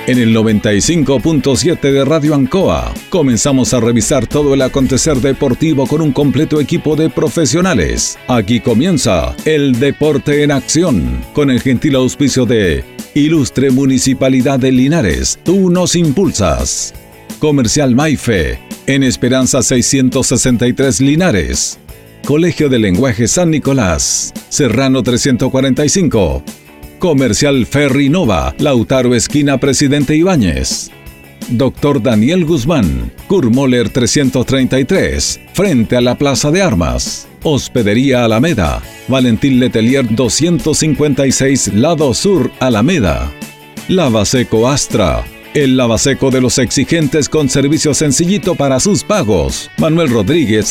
en el 95.7 de Radio Ancoa. Comenzamos a revisar todo el acontecer deportivo con un completo equipo de profesionales. Aquí comienza el Deporte en Acción, con el gentil auspicio de Ilustre Municipalidad de Linares, tú nos impulsas. Comercial Maife, en Esperanza 663 Linares. Colegio de Lenguaje San Nicolás, Serrano 345. Comercial Ferry Nova, Lautaro esquina Presidente Ibáñez. Dr. Daniel Guzmán, Kurmoller 333, frente a la Plaza de Armas. Hospedería Alameda, Valentín Letelier 256, lado sur, Alameda. Lavaseco Astra, el lavaseco de los exigentes con servicio sencillito para sus pagos. Manuel Rodríguez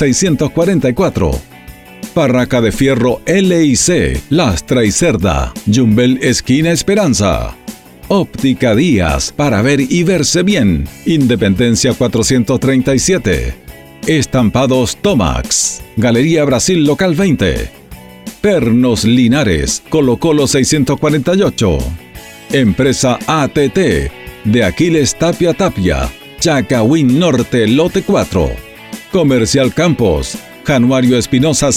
644. Barraca de Fierro LIC, Lastra y Cerda, Yumbel esquina Esperanza. Óptica Díaz, para ver y verse bien, Independencia 437. Estampados Tomax, Galería Brasil Local 20. Pernos Linares, Colo Colo 648. Empresa ATT, de Aquiles Tapia Tapia, Chacawín Norte, Lote 4. Comercial Campos, Januario Espinosa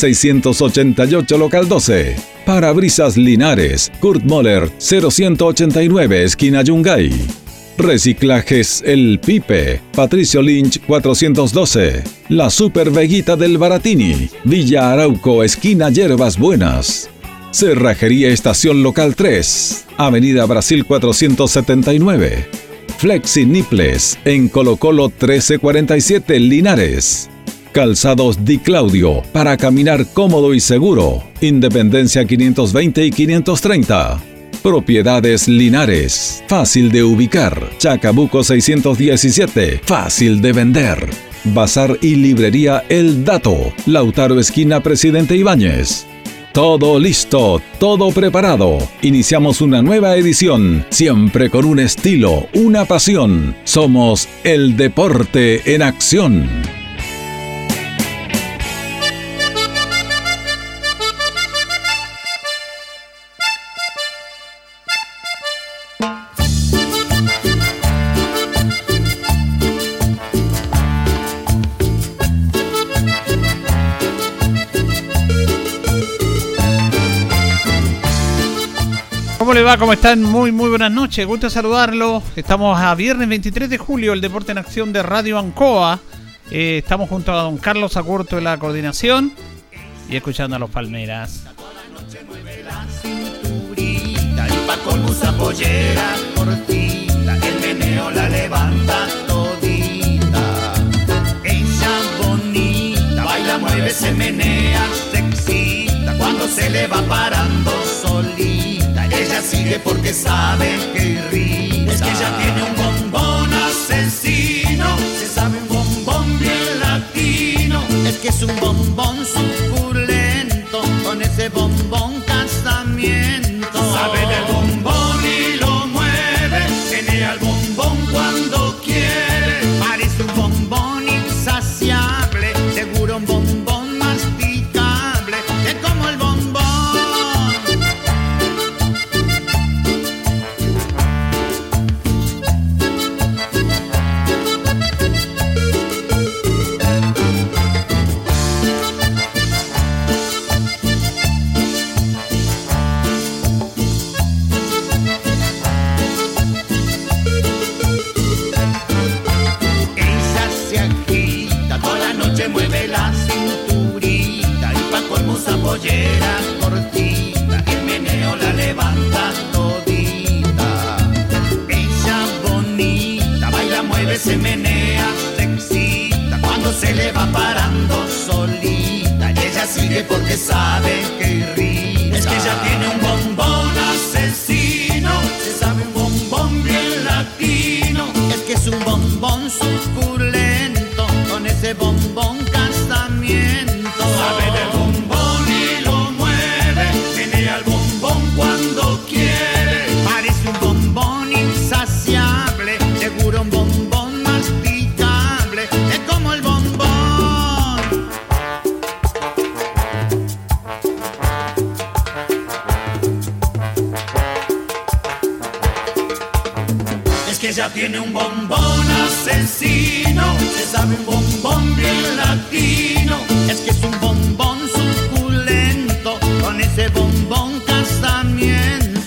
688 Local 12. Parabrisas Linares, Kurt Moller 0189 esquina Yungay. Reciclajes El Pipe, Patricio Lynch 412. La Super Veguita del Baratini, Villa Arauco esquina Yerbas Buenas. Cerrajería Estación Local 3, Avenida Brasil 479. Flexi Niples, en Colo Colo 1347 Linares. Calzados Di Claudio, para caminar cómodo y seguro, Independencia 520 y 530. Propiedades Linares, fácil de ubicar, Chacabuco 617, fácil de vender. Bazar y librería El Dato, Lautaro esquina Presidente Ibáñez. Todo listo, todo preparado. Iniciamos una nueva edición, siempre con un estilo, una pasión. Somos el Deporte en Acción. ¿Cómo le va? ¿Cómo están? Muy buenas noches. Gusto saludarlo. Estamos a viernes 23 de julio, el Deporte en Acción de Radio Ancoa. Estamos junto a don Carlos Acurto de la coordinación y escuchando a los Palmeras. El meneo la levanta todita. Ella bonita, baila, mueve, se menea, se excita cuando se le va parando solita. Ella sigue porque sabe que irrita. Es que ella tiene un bombón asesino, se sabe un bombón bien latino. Es que es un bombón suculento, con ese bombón casamiento. Sabe del bombón y lo mueve, menea el bombón cuando quiere. Parece un bombón insaciable, seguro un bombón masticable. Es como el bombón. Mueve la cinturita y pa' colmo esa pollera cortita, el meneo la levanta todita. Ella bonita, baila, mueve, se menea, se excita cuando se le va parando solita. Y ella sigue porque sabe que irrita. Es que ella tiene un bombón asesino, se sabe un bombón bien latino. Es que es un bombón suculento, con ese bombón casamiento. Sabe del bombón y lo mueve, menea el bombón cuando quiere. Parece un bombón insaciable, seguro un bombón masticable. Es como el bombón. que ya tiene un bombón asesino, se sabe un bombón bien latino, es que es un bombón suculento, con ese bombón casamiento.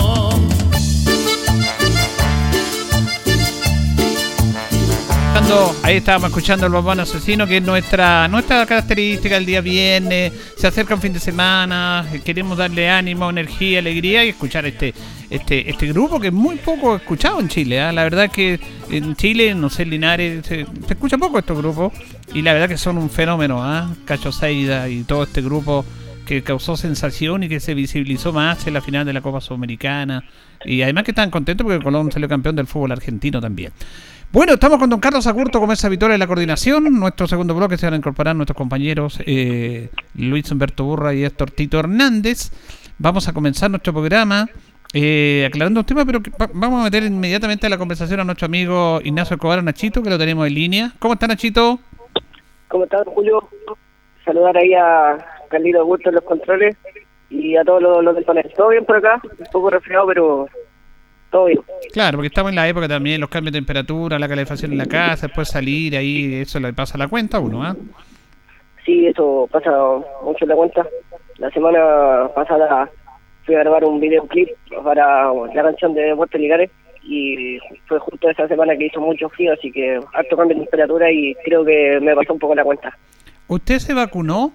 Ahí estábamos escuchando el bombón asesino, que es nuestra característica el día viernes. Se acerca un fin de semana, queremos darle ánimo, energía, alegría y escuchar este grupo que es muy poco escuchado en Chile, ¿eh? La verdad es que en Chile, no sé, en Linares se escucha poco estos grupos y la verdad que son un fenómeno, ¿eh? Cacho Seida y todo este grupo que causó sensación y que se visibilizó más en la final de la Copa Sudamericana, y además que están contentos porque Colón salió campeón del fútbol argentino también. Bueno, estamos con don Carlos Agurto, como es habitual en la coordinación. Nuestro segundo bloque se van a incorporar nuestros compañeros Luis Humberto Burra y Héctor Tito Hernández. Vamos a comenzar nuestro programa aclarando un tema, pero vamos a meter inmediatamente a la conversación a nuestro amigo Ignacio Escobar, Nachito, que lo tenemos en línea. ¿Cómo está, Nachito? ¿Cómo está, Julio? Saludar ahí a Carlito Augusto en los controles y a todos los del panel. ¿Todo bien por acá? Un poco resfriado, pero todo bien. Claro, porque estamos en la época también, los cambios de temperatura, la calefacción en la casa, después salir ahí, eso le pasa la cuenta a uno, ¿ah? Sí, eso pasa mucho en la cuenta. La semana pasada fui a grabar un videoclip para la canción de Deportes Linares y fue justo esa semana que hizo mucho frío, así que harto cambio de temperatura y creo que me pasó un poco la cuenta. ¿Usted se vacunó?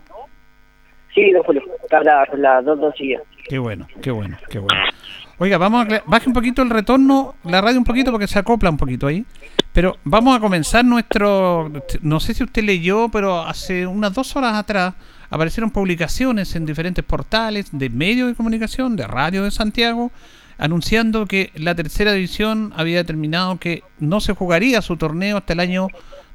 Sí, don Julio, está las dos dosillas. Qué bueno. Oiga, baje un poquito el retorno, la radio un poquito porque se acopla un poquito ahí. Pero vamos a comenzar no sé si usted leyó, pero hace unas 2 horas atrás aparecieron publicaciones en diferentes portales de medios de comunicación, de Radio de Santiago, anunciando que la tercera división había determinado que no se jugaría su torneo hasta el año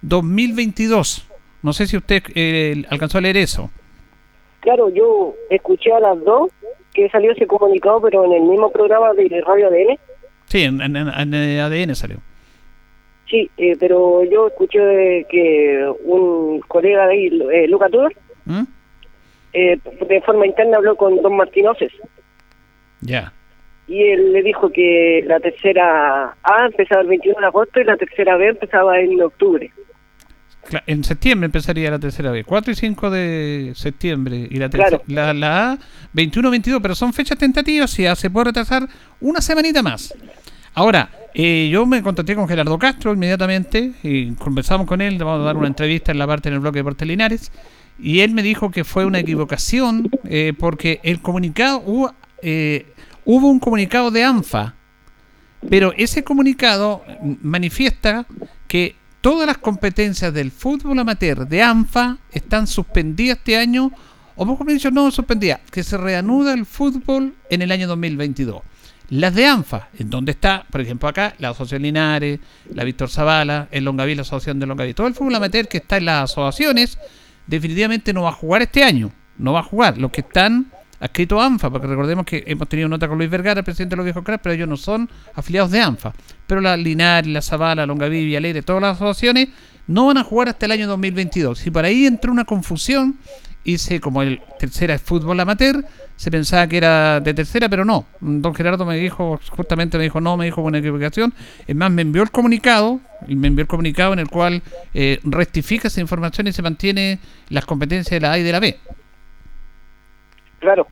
2022. No sé si usted alcanzó a leer eso. Claro, yo escuché a las 2 que salió ese comunicado, pero en el mismo programa de Radio ADN. Sí, en ADN salió. Sí, pero yo escuché que un colega de ahí, Lucas Tudor, de forma interna habló con don Martín Oces. Ya. Y él le dijo que la tercera A empezaba el 21 de agosto y la tercera B empezaba en octubre. En septiembre empezaría la tercera vez, 4 y 5 de septiembre, y la tercera, claro. la A 21-22, pero son fechas tentativas y se puede retrasar una semanita más. Ahora, yo me contacté con Gerardo Castro inmediatamente y conversamos con él, vamos a dar una entrevista en el bloque de Deportes Linares, y él me dijo que fue una equivocación porque el comunicado hubo un comunicado de ANFA, pero ese comunicado manifiesta que todas las competencias del fútbol amateur de ANFA están suspendidas este año, o mejor dicho, no suspendidas, que se reanuda el fútbol en el año 2022. Las de ANFA, en donde está, por ejemplo, acá, la Asociación Linares, la Víctor Zavala, el Longaví, la Asociación de Longaví, todo el fútbol amateur que está en las asociaciones, definitivamente no va a jugar este año, no va a jugar. Los que están adscritos a ANFA, porque recordemos que hemos tenido nota con Luis Vergara, el presidente de los Viejos Cracks, pero ellos no son afiliados de ANFA. Pero la Linares, la Zavala, Longaví, Villalegre, todas las asociaciones no van a jugar hasta el año 2022. Y por ahí entró una confusión, como el tercera es fútbol amateur, se pensaba que era de tercera, pero no. Don Gerardo me dijo una equivocación. Es más, me envió el comunicado en el cual rectifica esa información y se mantiene las competencias de la A y de la B. Claro,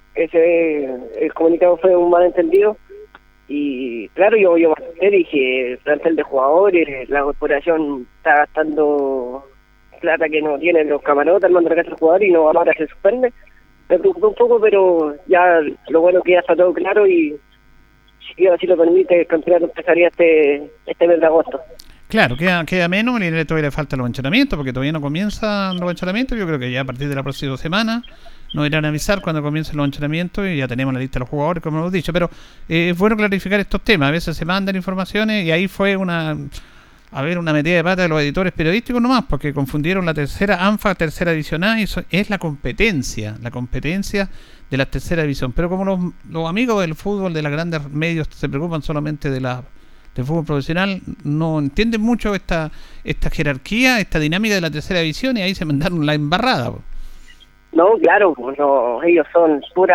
el comunicado fue un malentendido y claro, yo me dije, plantel de jugadores, la corporación está gastando plata que no tienen los camarotes, armando la casa del jugador y no, ahora se suspende. Me preocupó un poco, pero ya lo bueno que ya está todo claro y si Dios así lo permite, el campeonato empezaría este mes de agosto. Claro, queda menos, y todavía le faltan los entrenamientos, porque todavía no comienzan los entrenamientos. Yo creo que ya a partir de la próxima semana nos irán a avisar cuando comiencen los entrenamientos y ya tenemos la lista de los jugadores, como hemos dicho. Pero es bueno clarificar estos temas. A veces se mandan informaciones y ahí fue una metida de pata de los editores periodísticos nomás, porque confundieron la tercera ANFA, tercera división A, y eso es la competencia de la tercera división. Pero como los amigos del fútbol, de los grandes medios, se preocupan solamente del fútbol profesional, no entienden mucho esta jerarquía, esta dinámica de la tercera división, y ahí se mandaron la embarrada. No, claro, no, ellos son pura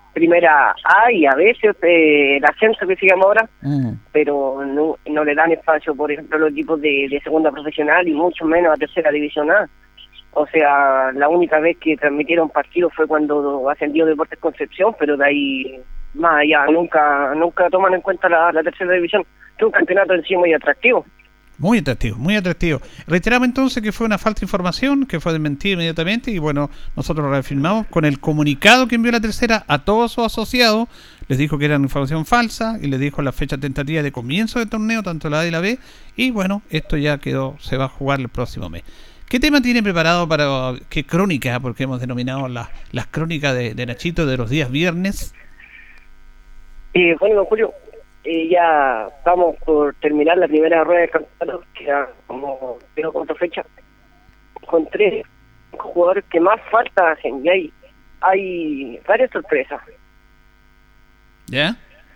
primera A y a veces el ascenso que se llama ahora, pero no le dan espacio, por ejemplo, a los equipos de segunda profesional y mucho menos a tercera división A. O sea, la única vez que transmitieron partidos fue cuando ascendió Deportes Concepción, pero de ahí más allá nunca toman en cuenta la tercera división, que es un campeonato en sí muy atractivo. Muy atractivo, muy atractivo. Reiteramos entonces que fue una falta de información, que fue desmentida inmediatamente, y bueno, nosotros lo reafirmamos con el comunicado que envió la tercera a todos sus asociados. Les dijo que era información falsa y les dijo la fecha tentativa de comienzo del torneo, tanto la A y la B, y bueno, esto ya quedó, se va a jugar el próximo mes. ¿Qué tema tiene preparado para qué crónica? Porque hemos denominado las crónicas de Nachito de los días viernes. Bueno, don Julio, ya estamos por terminar la primera rueda de campeonato, que ya como tengo cuánta fecha, con 3 jugadores que más falta hacen, y hay varias sorpresas. ¿Ya?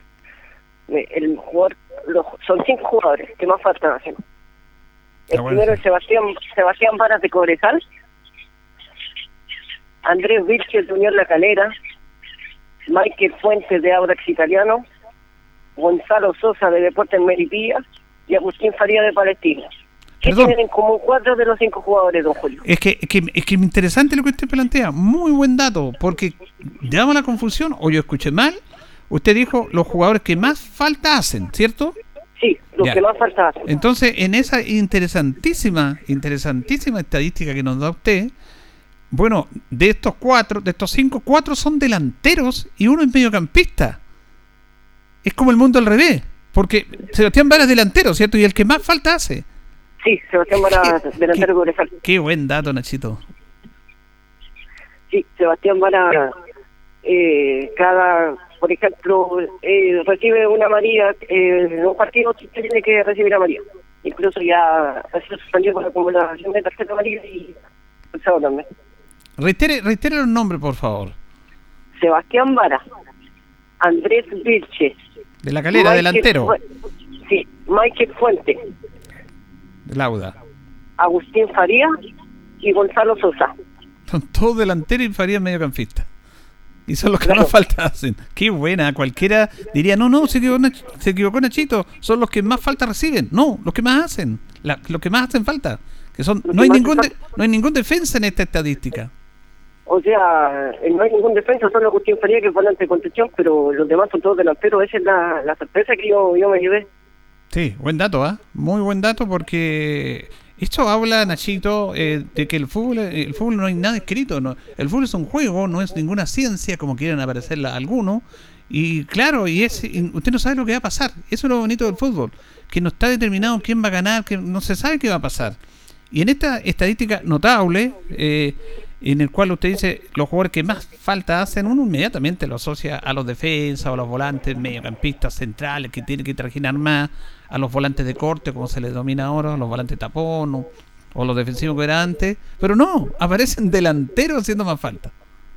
Son 5 jugadores que más falta hacen. El bueno, primero sí. es Sebastián Varas de Cobresal, Andrés Vilches de Unión La Calera, Michael Fuentes de Audax Italiano, Gonzalo Sosa de Deportes Melipilla y Agustín Faría de Palestina. ¿Qué Perdón. tienen en común 4 de los 5 jugadores, don Julio? Es que interesante lo que usted plantea, muy buen dato, porque damos la confusión, o yo escuché mal, usted dijo los jugadores que más falta hacen, ¿cierto? Sí, los Ya. que más falta hacen. Entonces, en esa interesantísima estadística que nos da usted, bueno, de estos 5, 4 son delanteros y uno es mediocampista. Es como el mundo al revés, porque Sebastián Varas es delantero, ¿cierto? Y el que más falta hace. Sí, Sebastián Varas, delantero de Cobresal. Qué buen dato, Nachito. Sí, Sebastián Varas, por ejemplo, recibe una amarilla, en un partido tiene que recibir amarilla. Incluso ya ha sido suspendido por la acumulación de tarjeta amarilla y expulsado también. Reitere los nombres, por favor. Sebastián Varas, Andrés Vilches, De La Calera, delantero. Sí, Michael Fuentes, De Lauda. Agustín Faría y Gonzalo Sosa. Son todos delanteros y Farías mediocampista. Y son los que Claro. más falta hacen. Qué buena, cualquiera diría, no, se equivocó Nachito, son los que más falta reciben. No, los que más hacen, los que más hacen falta. Que son, Los no que hay más no hay ningún defensa en esta estadística. O sea, no hay ningún defensa, solo Agustín Faría que es volante de contención, pero los demás son todos delanteros. Esa es la sorpresa que yo me llevé. Sí, buen dato, ¿ah? Muy buen dato, porque esto habla, Nachito, de que el fútbol no hay nada escrito. No, el fútbol es un juego, no es ninguna ciencia, como quieren aparecer algunos. Y claro, usted no sabe lo que va a pasar. Eso es lo bonito del fútbol, que no está determinado quién va a ganar, que no se sabe qué va a pasar. Y en esta estadística notable, en el cual usted dice los jugadores que más falta hacen, uno inmediatamente lo asocia a los defensas o a los volantes mediocampistas centrales que tienen que trajinar más, a los volantes de corte, como se les domina ahora, los volantes tapón o los defensivos que eran antes, pero no, aparecen delanteros haciendo más falta.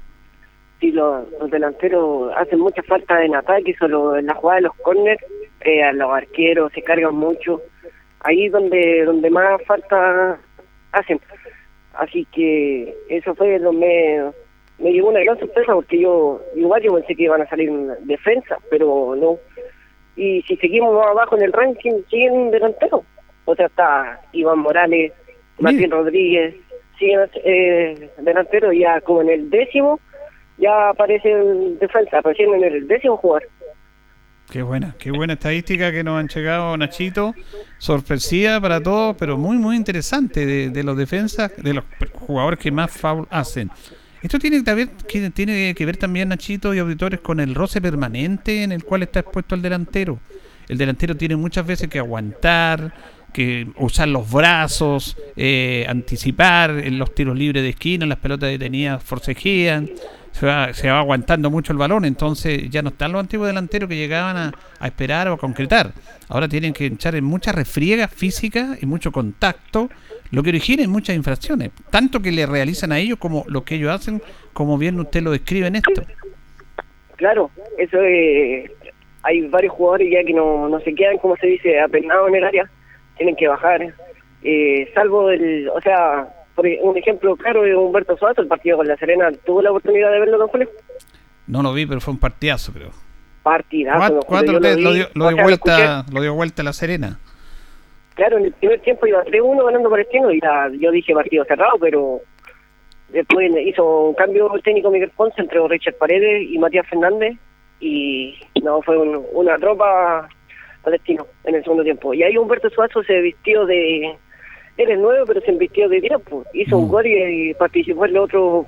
Sí, los delanteros hacen mucha falta en ataque, solo en la jugada de los córners, a los arqueros se cargan mucho. Ahí donde más falta hacen. Así que eso fue lo me llevó una gran sorpresa, porque yo pensé que iban a salir en defensa, pero no. Y si seguimos más abajo en el ranking, siguen delanteros. O sea, está Iván Morales, Martín Rodríguez, siguen delanteros, ya como en el 10º, ya aparecen defensa, aparecen en el 10º jugador. Qué buena estadística que nos han llegado, Nachito. Sorpresiva para todos, pero muy, muy interesante de los defensas, de los jugadores que más foul hacen. Esto tiene que ver también, Nachito y auditores, con el roce permanente en el cual está expuesto el delantero. El delantero tiene muchas veces que aguantar, que usar los brazos, anticipar en los tiros libres de esquina, las pelotas detenidas forcejean. Se va aguantando mucho el balón, entonces ya no están los antiguos delanteros que llegaban a esperar o a concretar. Ahora tienen que echar en mucha refriega física y mucho contacto, lo que origina en muchas infracciones, tanto que le realizan a ellos como lo que ellos hacen, como bien usted lo describe en esto. Claro, eso es, hay varios jugadores ya que no se quedan, como se dice, apenados en el área, tienen que bajar, salvo por un ejemplo claro de Humberto Suazo, el partido con La Serena, ¿tuvo la oportunidad de verlo, don Julio? No lo vi, pero fue un partidazo, creo. Partidazo. ¿Cuánto lo dio vuelta La Serena? Claro, en el primer tiempo iba 3-1 ganando Palestino y yo dije partido cerrado, pero después hizo un cambio el técnico Miguel Ponce entre Richard Paredes y Matías Fernández y no, fue una tropa Palestino en el segundo tiempo. Y ahí Humberto Suazo se vistió de... Él es nuevo, pero se vistió de tiempo. Hizo un gol y participó en los otros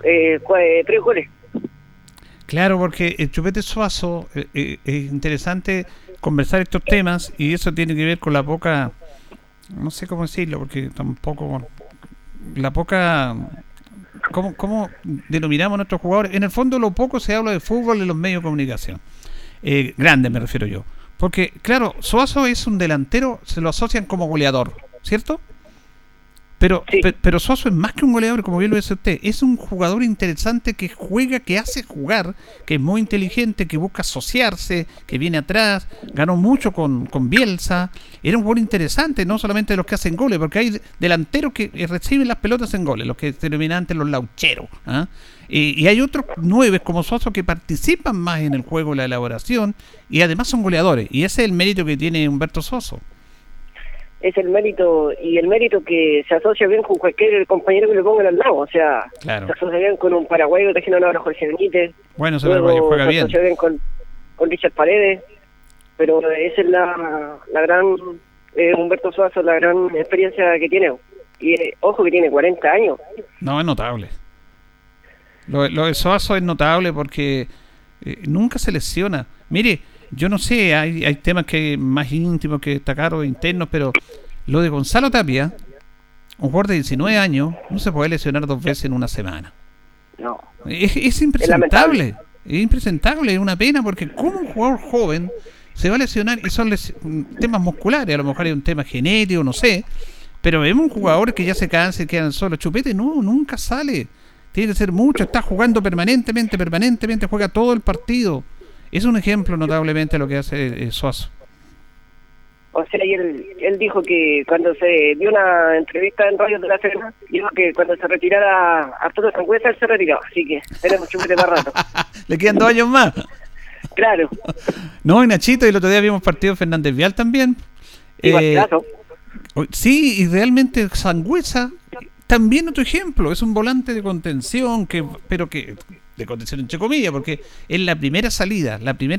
3 goles. Claro, porque el Chupete Suazo es interesante conversar estos temas y eso tiene que ver con la poca, no sé cómo decirlo, porque tampoco la poca, ¿cómo denominamos a nuestros jugadores? En el fondo lo poco se habla de fútbol en los medios de comunicación, grandes me refiero yo, porque claro, Suazo es un delantero, se lo asocian como goleador, ¿cierto? Pero, sí. pero Suazo es más que un goleador, como bien lo dice usted. Es un jugador interesante que juega, que hace jugar, que es muy inteligente, que busca asociarse, que viene atrás. Ganó mucho con Bielsa. Era un jugador interesante, no solamente de los que hacen goles, porque hay delanteros que reciben las pelotas en goles, los que se denominan antes los laucheros. ¿Ah? Y hay otros 9 como Suazo que participan más en el juego, la elaboración, y además son goleadores. Y ese es el mérito que tiene Humberto Suazo. Es el mérito, y el mérito que se asocia bien con cualquier compañero que le pongan al lado, o sea, claro. Se asocia bien con un paraguayo que está haciendo ahora Jorge Benítez, bueno, ese paraguayo juega bien. Se asocia bien con Richard Paredes, pero esa es la gran, Humberto Suazo, la gran experiencia que tiene, y ojo que tiene 40 años. No, es notable. Lo de Suazo es notable porque nunca se lesiona. Mire, yo no sé, hay temas que más íntimos que destacar o internos, pero lo de Gonzalo Tapia, un jugador de 19 años, no se puede lesionar 2 veces en una semana. No. Es impresentable. Es impresentable, es una pena, porque como un jugador joven se va a lesionar y son temas musculares, a lo mejor hay un tema genético, no sé, pero vemos un jugador que ya se cansa y quedan solo. Chupete no, nunca sale. Tiene que ser mucho, está jugando permanentemente, juega todo el partido. Es un ejemplo notablemente lo que hace Suazo. O sea, y él dijo que cuando se dio una entrevista en Radio de La Serena, dijo que cuando se retirara Arturo Sangüesa, él se retiraba. Así que tenemos Chupete más rato. ¿Le quedan 2 años más? Claro. No, y Nachito, y el otro día vimos partido Fernández Vial también. Sí, y realmente Sangüesa, también otro ejemplo, es un volante de contención, pero que de contención entre comillas, porque es la primera salida,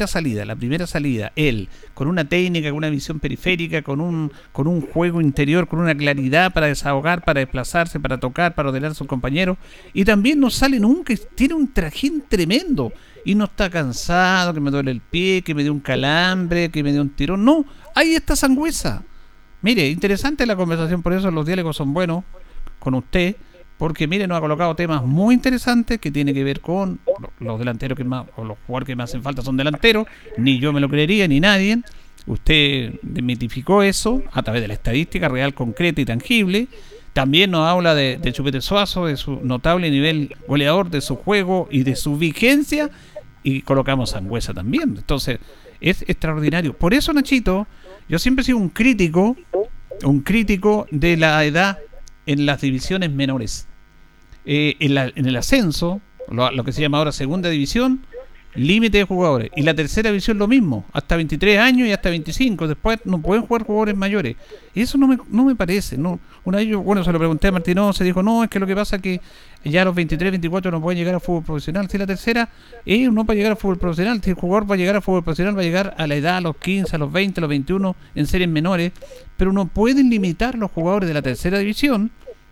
él, con una técnica, con una visión periférica, con un juego interior, con una claridad para desahogar, para desplazarse, para tocar, para ordenar a sus compañeros, y también no sale nunca, tiene un trajín tremendo, y no está cansado, que me duele el pie, que me dio un calambre, que me dio un tirón, no, ahí está Sangüesa. Mire, interesante la conversación, por eso los diálogos son buenos con usted, porque mire, nos ha colocado temas muy interesantes que tiene que ver con los delanteros que más, o los jugadores que más hacen falta son delanteros, ni yo me lo creería, ni nadie. Usted desmitificó eso a través de la estadística real, concreta y tangible. También nos habla de Chupete Suazo, de su notable nivel goleador, de su juego y de su vigencia, y colocamos a Sangüesa también. Entonces, es extraordinario. Por eso, Nachito, yo siempre he sido un crítico de la edad en las divisiones menores. En el ascenso, lo que se llama ahora segunda división, límite de jugadores. Y la tercera división lo mismo, hasta 23 años y hasta 25. Después no pueden jugar jugadores mayores. Y eso no me parece. No. Una vez se lo pregunté a Martínez, se dijo, no, es que lo que pasa es que ya a los 23, 24 no pueden llegar al fútbol profesional. Si la tercera, no para llegar al fútbol profesional. Si el jugador va a llegar al fútbol profesional, va a llegar a la edad, a los 15, a los 20, a los 21, en series menores. Pero no pueden limitar los jugadores de la tercera división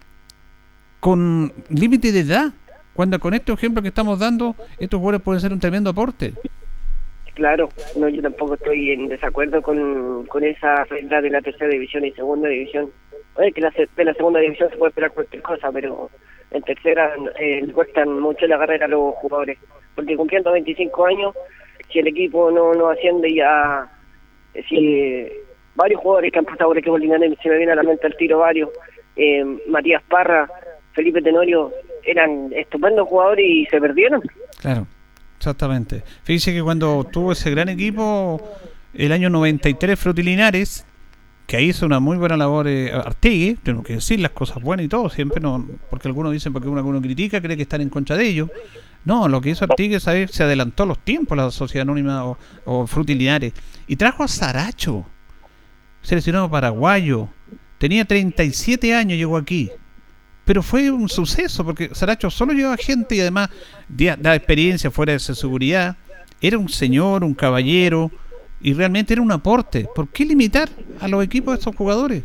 con límite de edad. Cuando con este ejemplo que estamos dando, estos jugadores pueden ser un tremendo aporte. Claro, no, yo tampoco estoy en desacuerdo con esa regla de la tercera división y segunda división. Oye, que de la segunda división se puede esperar cualquier cosa, pero en tercera le cuestan mucho la carrera a los jugadores. Porque cumpliendo 25 años, si el equipo no asciende ya, si varios jugadores que han pasado por el equipo lineal, se me viene a la mente el tiro varios, Matías Parra, Felipe Tenorio, eran estupendos jugadores y se perdieron. Claro, exactamente. Fíjese que cuando tuvo ese gran equipo, el año 93, Frutilinares, que ahí hizo una muy buena labor Artegui, tengo que decir las cosas buenas y todo, siempre no, porque algunos dicen porque uno critica, cree que están en contra de ellos. No, lo que hizo Artegui, ¿sabes? Se adelantó a los tiempos la Sociedad Anónima o Fruti Linares, y trajo a Saracho, seleccionado paraguayo, tenía 37 años, llegó aquí. Pero fue un suceso, porque Saracho solo llevaba gente y además daba experiencia fuera de su seguridad. Era un señor, un caballero, y realmente era un aporte. ¿Por qué limitar a los equipos de estos jugadores?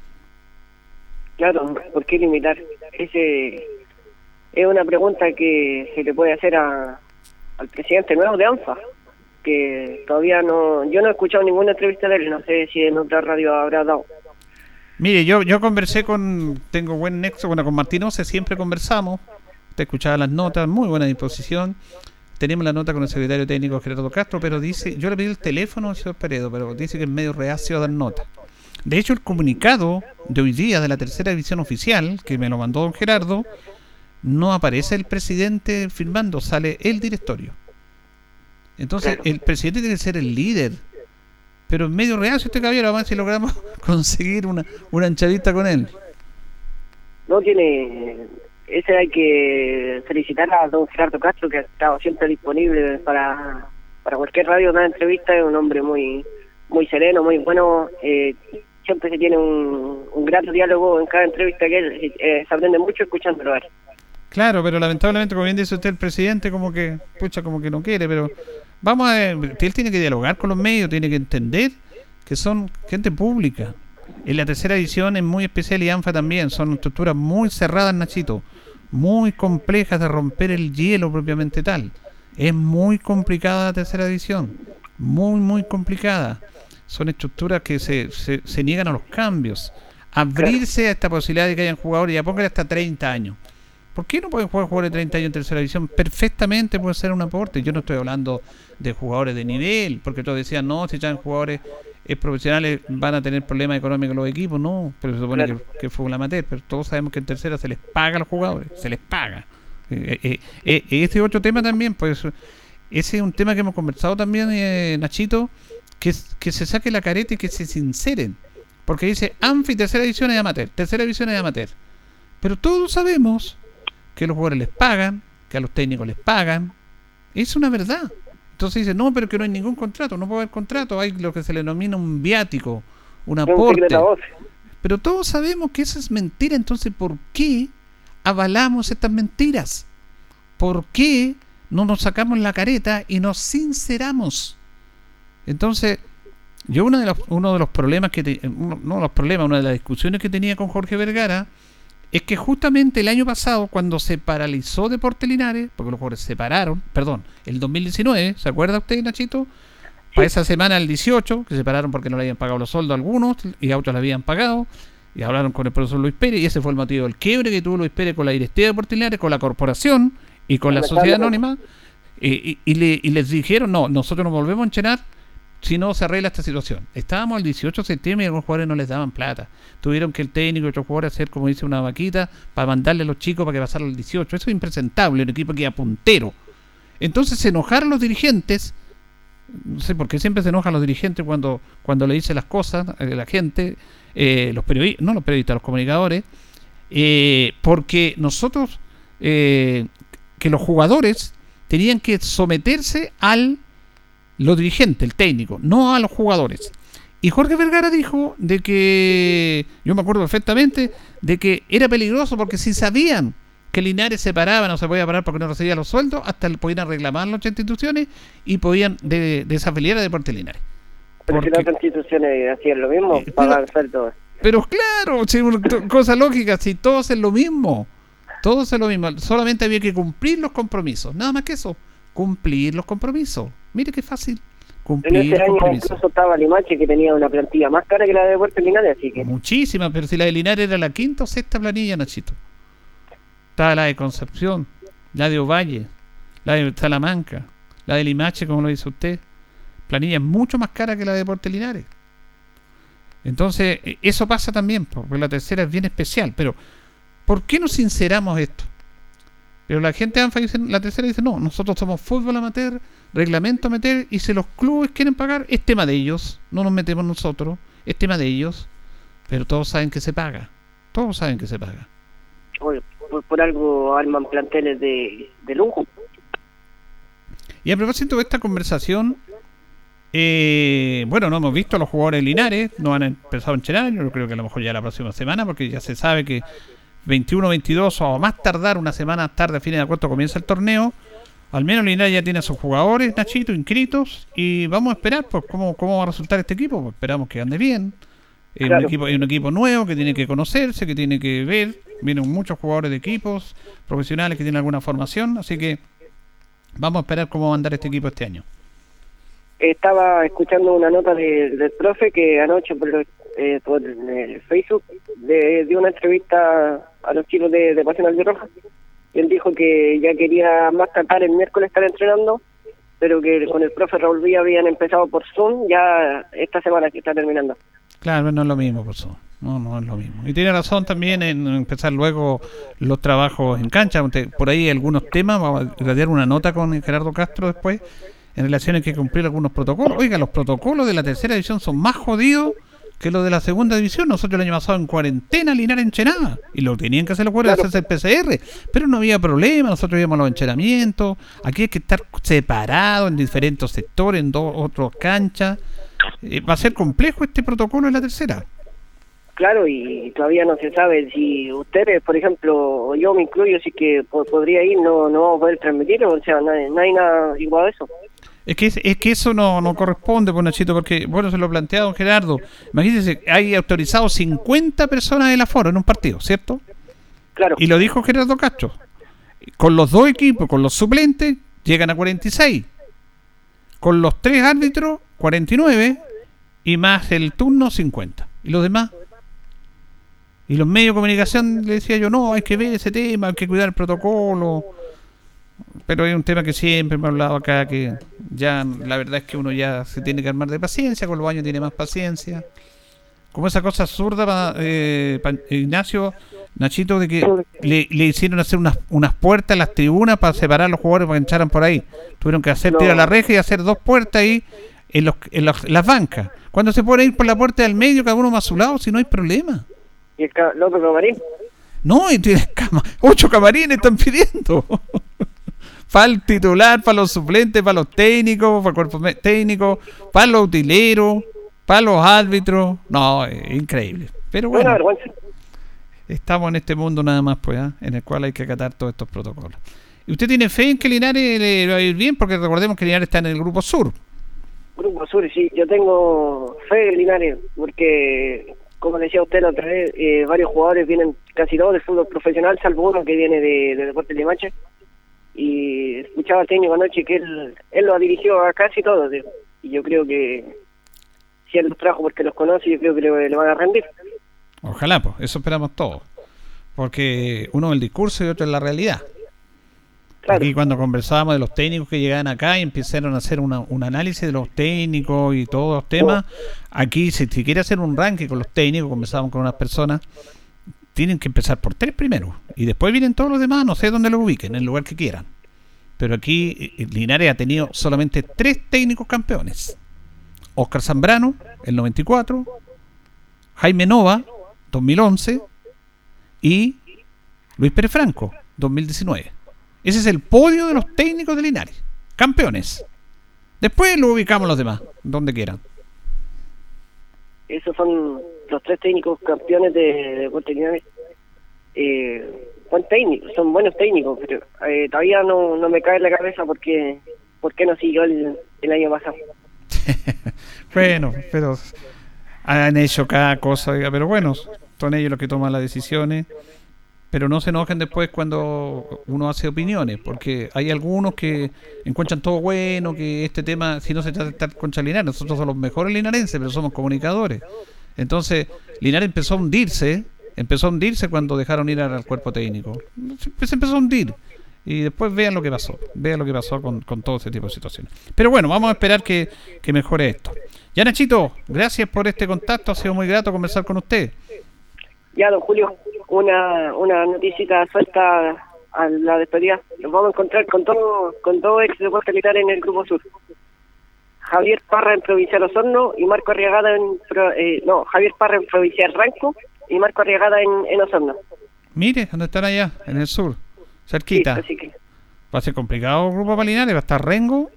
Claro, ¿por qué limitar? Ese es una pregunta que se le puede hacer al presidente nuevo de ANFA, que todavía no... Yo no he escuchado ninguna entrevista de él, no sé si en otra radio habrá dado. Mire, yo conversé tengo buen nexo con Martín Ose, siempre conversamos. Usted escuchaba las notas, muy buena disposición. Tenemos la nota con el secretario técnico Gerardo Castro, pero dice, yo le pedí el teléfono al señor Peredo, pero dice que es medio reacio a dar nota. De hecho, el comunicado de hoy día de la tercera división oficial, que me lo mandó don Gerardo, no aparece el presidente firmando, sale el directorio. Entonces, el presidente tiene que ser el líder. Pero en medio reacio este caballero, vamos a ver si logramos conseguir una entrevista con él. No tiene... Ese hay que felicitar a don Gerardo Castro, que ha estado siempre disponible para cualquier radio, una entrevista. Es un hombre muy sereno, muy bueno. Siempre se tiene un grato diálogo en cada entrevista que él. Se aprende mucho escuchándolo a él. Claro, pero lamentablemente, como bien dice usted, el presidente como que no quiere, pero vamos a ver, él tiene que dialogar con los medios, tiene que entender que son gente pública. En la tercera división es muy especial y ANFA también, son estructuras muy cerradas, Nachito, muy complejas de romper el hielo propiamente tal. Es muy complicada la tercera división, muy complicada. Son estructuras que se niegan a los cambios. Abrirse a esta posibilidad de que hayan jugadores, ya póngale hasta 30 años. ¿Por qué no pueden jugar jugadores de 30 años en tercera división? Perfectamente puede ser un aporte. Yo no estoy hablando de jugadores de nivel, porque todos decían, no, si echan jugadores profesionales van a tener problemas económicos los equipos. No, pero se supone que fue un amateur, pero todos sabemos que en tercera se les paga a los jugadores, se les paga. Este otro tema también, pues ese es un tema que hemos conversado también, Nachito, que se saque la careta y que se sinceren, porque dice Anfi tercera división es amateur, pero todos sabemos que a los jugadores les pagan, que a los técnicos les pagan. Es una verdad. Entonces dice, no, pero que no hay ningún contrato, no puede haber contrato, hay lo que se le denomina un viático, un aporte. Pero todos sabemos que eso es mentira. Entonces, ¿por qué avalamos estas mentiras? ¿Por qué no nos sacamos la careta y nos sinceramos? Entonces, yo uno de los problemas una de las discusiones que tenía con Jorge Vergara es que justamente el año pasado, cuando se paralizó Deportes Linares, porque los jugadores se pararon, el 2019, ¿se acuerda usted, Nachito? Para esa semana, el 18, que se pararon porque no le habían pagado los sueldos a algunos y a otros le habían pagado, y hablaron con el profesor Luis Pérez, y ese fue el motivo del quiebre que tuvo Luis Pérez con la directiva de Deportes Linares, con la corporación y con la sociedad anónima, y les dijeron, no, nosotros nos volvemos a enchenar si no se arregla esta situación. Estábamos el 18 de septiembre y algunos jugadores no les daban plata. Tuvieron que el técnico y otros jugadores hacer, como dice, una vaquita para mandarle a los chicos para que pasaran el 18. Eso es impresentable, un equipo que iba puntero. Entonces se enojaron los dirigentes. No sé por qué siempre se enojan los dirigentes cuando le dicen las cosas a la gente, los comunicadores, porque nosotros, que los jugadores tenían que someterse los dirigentes, el técnico, no a los jugadores. Y Jorge Vergara dijo de que, yo me acuerdo perfectamente, de que era peligroso porque si sabían que Linares se paraba, no se podía parar porque no recibía los sueldos, hasta podían reclamar las instituciones y podían desafiliar a Deportes Linares. Pero si las instituciones hacían lo mismo, pagar sueldos. Pero claro, si cosa lógica, si todos hacen lo mismo, solamente había que cumplir los compromisos, nada más que eso, cumplir los compromisos. Mire qué fácil. En ese año incluso estaba Limache, que tenía una plantilla más cara que la de Deportes Linares, así que... Muchísima, pero si la de Linares era la quinta o sexta planilla, Nachito. Estaba la de Concepción, la de Ovalle, la de Salamanca, la de Limache, como lo dice usted. Planilla mucho más cara que la de Deportes Linares. Entonces, eso pasa también, porque la tercera es bien especial. Pero, ¿por qué no sinceramos esto? Pero la gente ANFA dice, la tercera dice, no, nosotros somos fútbol amateur, reglamento a meter, y si los clubes quieren pagar, es tema de ellos, no nos metemos nosotros, es tema de ellos, pero todos saben que se paga, todos saben que se paga. Oye, por algo arman planteles de lujo. Y a propósito de esta conversación, bueno, no hemos visto a los jugadores de Linares, no han empezado a entrenar, yo creo que a lo mejor ya la próxima semana, porque ya se sabe que 21, 22 o más tardar una semana tarde, a fines de agosto, comienza el torneo. Al menos Linares ya tiene a sus jugadores, Nachito, inscritos, y vamos a esperar pues cómo va a resultar este equipo. Pues esperamos que ande bien. Claro. Es un equipo nuevo que tiene que conocerse, que tiene que ver. Vienen muchos jugadores de equipos profesionales que tienen alguna formación, así que vamos a esperar cómo va a andar este equipo este año. Estaba escuchando una nota del profe que anoche por Facebook le dio una entrevista a los chicos de Pasión Albirroja. Él dijo que ya quería más tratar el miércoles estar entrenando, pero que con el profe Raúl Villa habían empezado por Zoom ya esta semana que está terminando. Claro, no es lo mismo, por eso. No es lo mismo. Y tiene razón también en empezar luego los trabajos en cancha. Por ahí hay algunos temas, vamos a radiar una nota con Gerardo Castro después, en relación a que cumplir algunos protocolos. Oiga, los protocolos de la tercera división son más jodidos que los de la segunda división. Nosotros el año pasado en cuarentena Linares entrenaba, y lo tenían que hacer los jugadores, hacerse el PCR, pero no había problema, nosotros íbamos a los entrenamientos. Aquí hay que estar separado en diferentes sectores, en otras canchas. Va a ser complejo este protocolo en la tercera. Claro, y todavía no se sabe si ustedes, por ejemplo, o yo me incluyo, si que podría ir, no vamos a poder transmitir, o sea, no hay nada igual a eso. Es que eso no corresponde, pues, Nachito, porque, bueno, se lo plantea don Gerardo. Imagínense, hay autorizados 50 personas del aforo en un partido, ¿cierto? Claro. Y lo dijo Gerardo Castro. Con los dos equipos, con los suplentes, llegan a 46. Con los 3 árbitros, 49. Y más el turno, 50. ¿Y los demás? Y los medios de comunicación, le decía yo, no, hay que ver ese tema, hay que cuidar el protocolo. Pero hay un tema que siempre me ha hablado acá, que ya la verdad es que uno ya se tiene que armar de paciencia, con los años tiene más paciencia. Como esa cosa absurda para Ignacio, Nachito, de que le hicieron hacer unas puertas en las tribunas para separar a los jugadores para que entraran por ahí. Tuvieron que hacer tirar la reja y hacer 2 puertas ahí en las bancas. Cuando se puede ir por la puerta del medio, cada uno más a su lado, si no hay problema. ¿Y el loco camarín? No, y tienes 8 camarines están pidiendo. Para el titular, para los suplentes, para los técnicos, para el cuerpo técnico, para los utileros, para los árbitros. No, es increíble. Pero bueno, estamos en este mundo nada más, pues, en el cual hay que acatar todos estos protocolos. ¿Y usted tiene fe en que Linares le va a ir bien? Porque recordemos que Linares está en el Grupo Sur. Grupo Sur, sí. Yo tengo fe en Linares, porque, como decía usted la otra vez, varios jugadores vienen casi todos del fútbol profesional, salvo uno que viene de Deportes Limache. Y escuchaba al técnico anoche que él lo dirigió a casi todos, y yo creo que si él los trajo porque los conoce, yo creo que le van a rendir. Ojalá, pues, eso esperamos todos, porque uno es el discurso y otro es la realidad. Claro. Aquí cuando conversábamos de los técnicos que llegaban acá y empezaron a hacer un análisis de los técnicos y todos los temas, aquí si quiere hacer un ranking con los técnicos, conversábamos con unas personas, tienen que empezar por 3 primero y después vienen todos los demás, no sé dónde los ubiquen, en el lugar que quieran. Pero aquí Linares ha tenido solamente 3 técnicos campeones: Óscar Zambrano, el 94, Jaime Nova, 2011, y Luis Pérez Franco, 2019. Ese es el podio de los técnicos de Linares, campeones. Después lo ubicamos los demás, donde quieran. Esos son los 3 técnicos campeones de Deportes Linares. Son buenos técnicos, pero todavía no me cae en la cabeza por qué no siguió el año pasado. Bueno, pero han hecho cada cosa, pero bueno, son ellos los que toman las decisiones. Pero no se enojen después cuando uno hace opiniones, porque hay algunos que encuentran todo bueno, que este tema, si no se trata de estar contra Linares, nosotros somos los mejores linarenses, pero somos comunicadores. Entonces, Linares empezó a hundirse cuando dejaron ir al cuerpo técnico. Se empezó a hundir. Y después vean lo que pasó con todo ese tipo de situaciones. Pero bueno, vamos a esperar que mejore esto. Ya, Nachito, gracias por este contacto, ha sido muy grato conversar con usted. Ya, don Julio, una noticita suelta a la despedida. Nos vamos a encontrar con dos ex Deportes Linares en el Grupo Sur. Javier Parra en Provincial Osorno y Marco Arriagada Javier Parra en Provincial Ranco y Marco Arriagada en Osorno. Mire, ¿dónde están allá? En el sur, cerquita. Sí, así que... Va a ser complicado el Grupo para Linares, va a estar Rengo,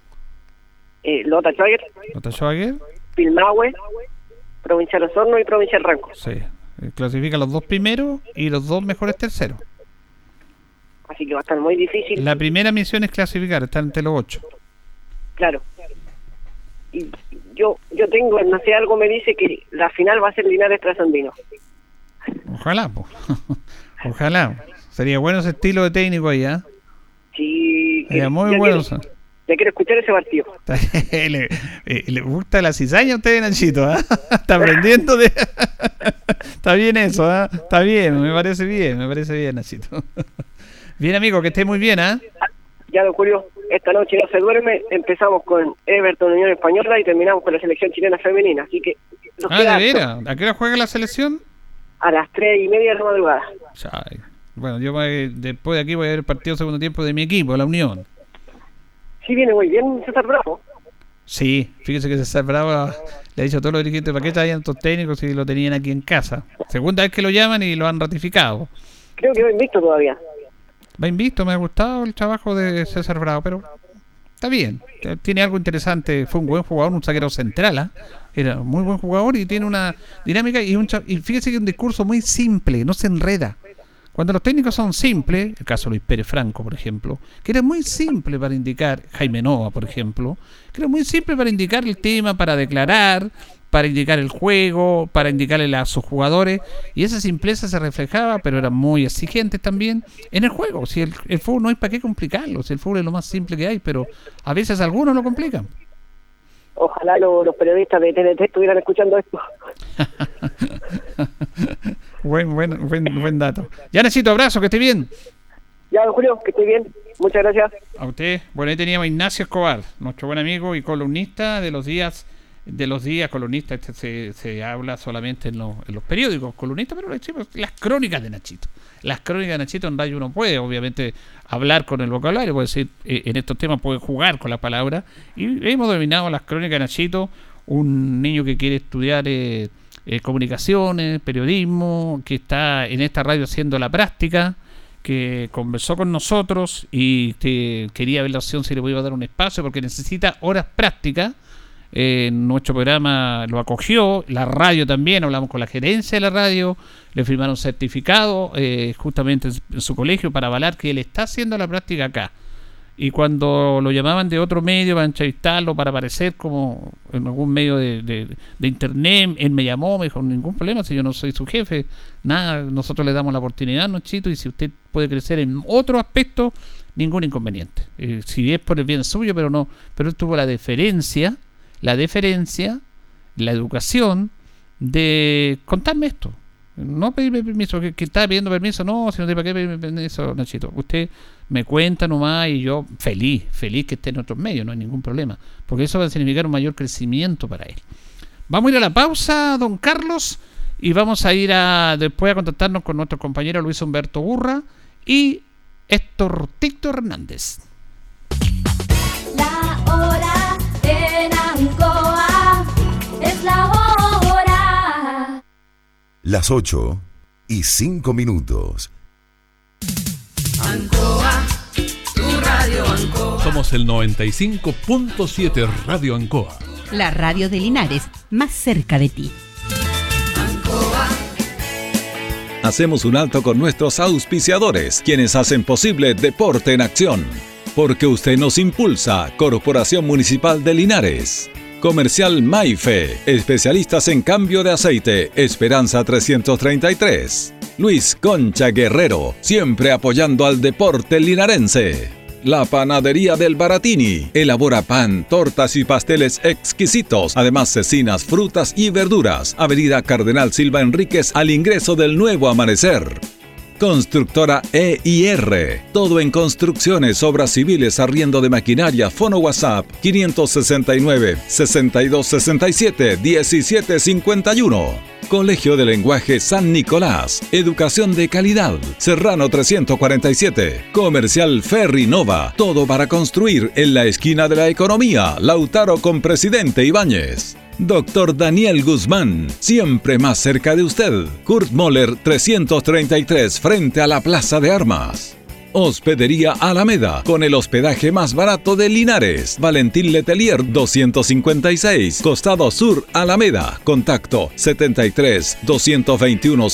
Lota Schwager, Pilmahue, Provincial Osorno y Provincial Ranco. Sí, clasifica los 2 primeros y los 2 mejores terceros. Así que va a estar muy difícil. La primera misión es clasificar, estar entre los 8. Claro. Y yo tengo, no sé, algo me dice que la final va a ser Linares Trasandino. Ojalá, pues. Ojalá. Sería bueno ese estilo de técnico ahí, ¿eh? Sí. Sería muy bueno. Ya quiero escuchar ese partido. le gusta la cizaña a usted, Nachito, ¿eh? Está aprendiendo de... Está bien eso, ¿eh? Está bien, me parece bien, Nachito. Bien, amigo, que esté muy bien, ¿eh? Ya, don Julio, esta noche no se duerme. Empezamos con Everton Unión Española y terminamos con la selección chilena femenina. Así que... ¿de veras? ¿A qué hora juega la selección? A las 3:30 de la madrugada. Ay. Bueno, yo después de aquí voy a ver el partido segundo tiempo de mi equipo, la Unión. Sí, viene muy bien César Bravo. Sí, fíjese que César Bravo le ha dicho a todos los dirigentes para qué traían estos técnicos si lo tenían aquí en casa. Segunda vez que lo llaman y lo han ratificado. Creo que va invicto todavía. Va invicto, me ha gustado el trabajo de César Bravo, pero está bien. Tiene algo interesante, fue un buen jugador, un zaguero central, ¿eh? Era muy buen jugador y tiene una dinámica y fíjese que un discurso muy simple, no se enreda. Cuando los técnicos son simples, el caso de Luis Pérez Franco, por ejemplo, que era muy simple para indicar, Jaime Nova, por ejemplo, que era muy simple para indicar el tema, para declarar, para indicar el juego, para indicarle a sus jugadores, y esa simpleza se reflejaba, pero eran muy exigentes también en el juego. Si el fútbol no hay para qué complicarlo, si el fútbol es lo más simple que hay, pero a veces algunos lo complican. Ojalá los periodistas de TNT estuvieran escuchando esto. Buen dato. Ya, Nachito, abrazo, que esté bien. Ya, don Julio, que esté bien. Muchas gracias. A usted. Bueno, ahí teníamos a Ignacio Escobar, nuestro buen amigo y columnista de los días, columnista, se habla solamente en los periódicos, columnista, pero las crónicas de Nachito. Las crónicas de Nachito en radio uno puede, obviamente, hablar con el vocabulario, puede decir, en estos temas puede jugar con la palabra, y hemos denominado las crónicas de Nachito, un niño que quiere estudiar comunicaciones, periodismo, que está en esta radio haciendo la práctica, que conversó con nosotros y que quería ver la opción si le podía dar un espacio porque necesita horas prácticas. Nuestro programa lo acogió, la radio también, hablamos con la gerencia de la radio, le firmaron certificado justamente en su colegio para avalar que él está haciendo la práctica acá. Y cuando lo llamaban de otro medio para entrevistarlo, para aparecer como en algún medio de internet, él me llamó, me dijo, ningún problema, si yo no soy su jefe, nada, nosotros le damos la oportunidad, Nachito, y si usted puede crecer en otro aspecto, ningún inconveniente. Si es por el bien suyo, pero él tuvo la deferencia, la educación de contarme esto. No pedirme permiso, que está pidiendo permiso, no, si no tiene para qué pedirme permiso, Nachito. Usted me cuenta nomás y yo feliz que esté en otros medios, no hay ningún problema, porque eso va a significar un mayor crecimiento para él. Vamos a ir a la pausa, don Carlos, y vamos a ir después a contactarnos con nuestro compañero Luis Humberto Burra y Héctor Tito Hernández. La hora en Ancoa es la hora. Las 8:05. Ancoa, tu radio Ancoa. Somos el 95.7 Radio Ancoa. La radio de Linares, más cerca de ti. Ancoa. Hacemos un alto con nuestros auspiciadores, quienes hacen posible Deporte en Acción. Porque usted nos impulsa, Corporación Municipal de Linares. Comercial Maife, especialistas en cambio de aceite, Esperanza 333. Luis Concha Guerrero, siempre apoyando al deporte linarense. La Panadería del Baratini, elabora pan, tortas y pasteles exquisitos, además cecinas, frutas y verduras. Avenida Cardenal Silva Enríquez al ingreso del Nuevo Amanecer. Constructora EIR, todo en construcciones, obras civiles, arriendo de maquinaria. Fono WhatsApp 569-6267-1751. Colegio de Lenguaje San Nicolás. Educación de calidad. Serrano 347. Comercial Ferry Nova. Todo para construir en la esquina de la economía. Lautaro con Presidente Ibáñez. Dr. Daniel Guzmán, siempre más cerca de usted. Kurt Moller 333 frente a la Plaza de Armas. Hospedería Alameda, con el hospedaje más barato de Linares. Valentín Letelier 256, Costado Sur, Alameda. Contacto 73 221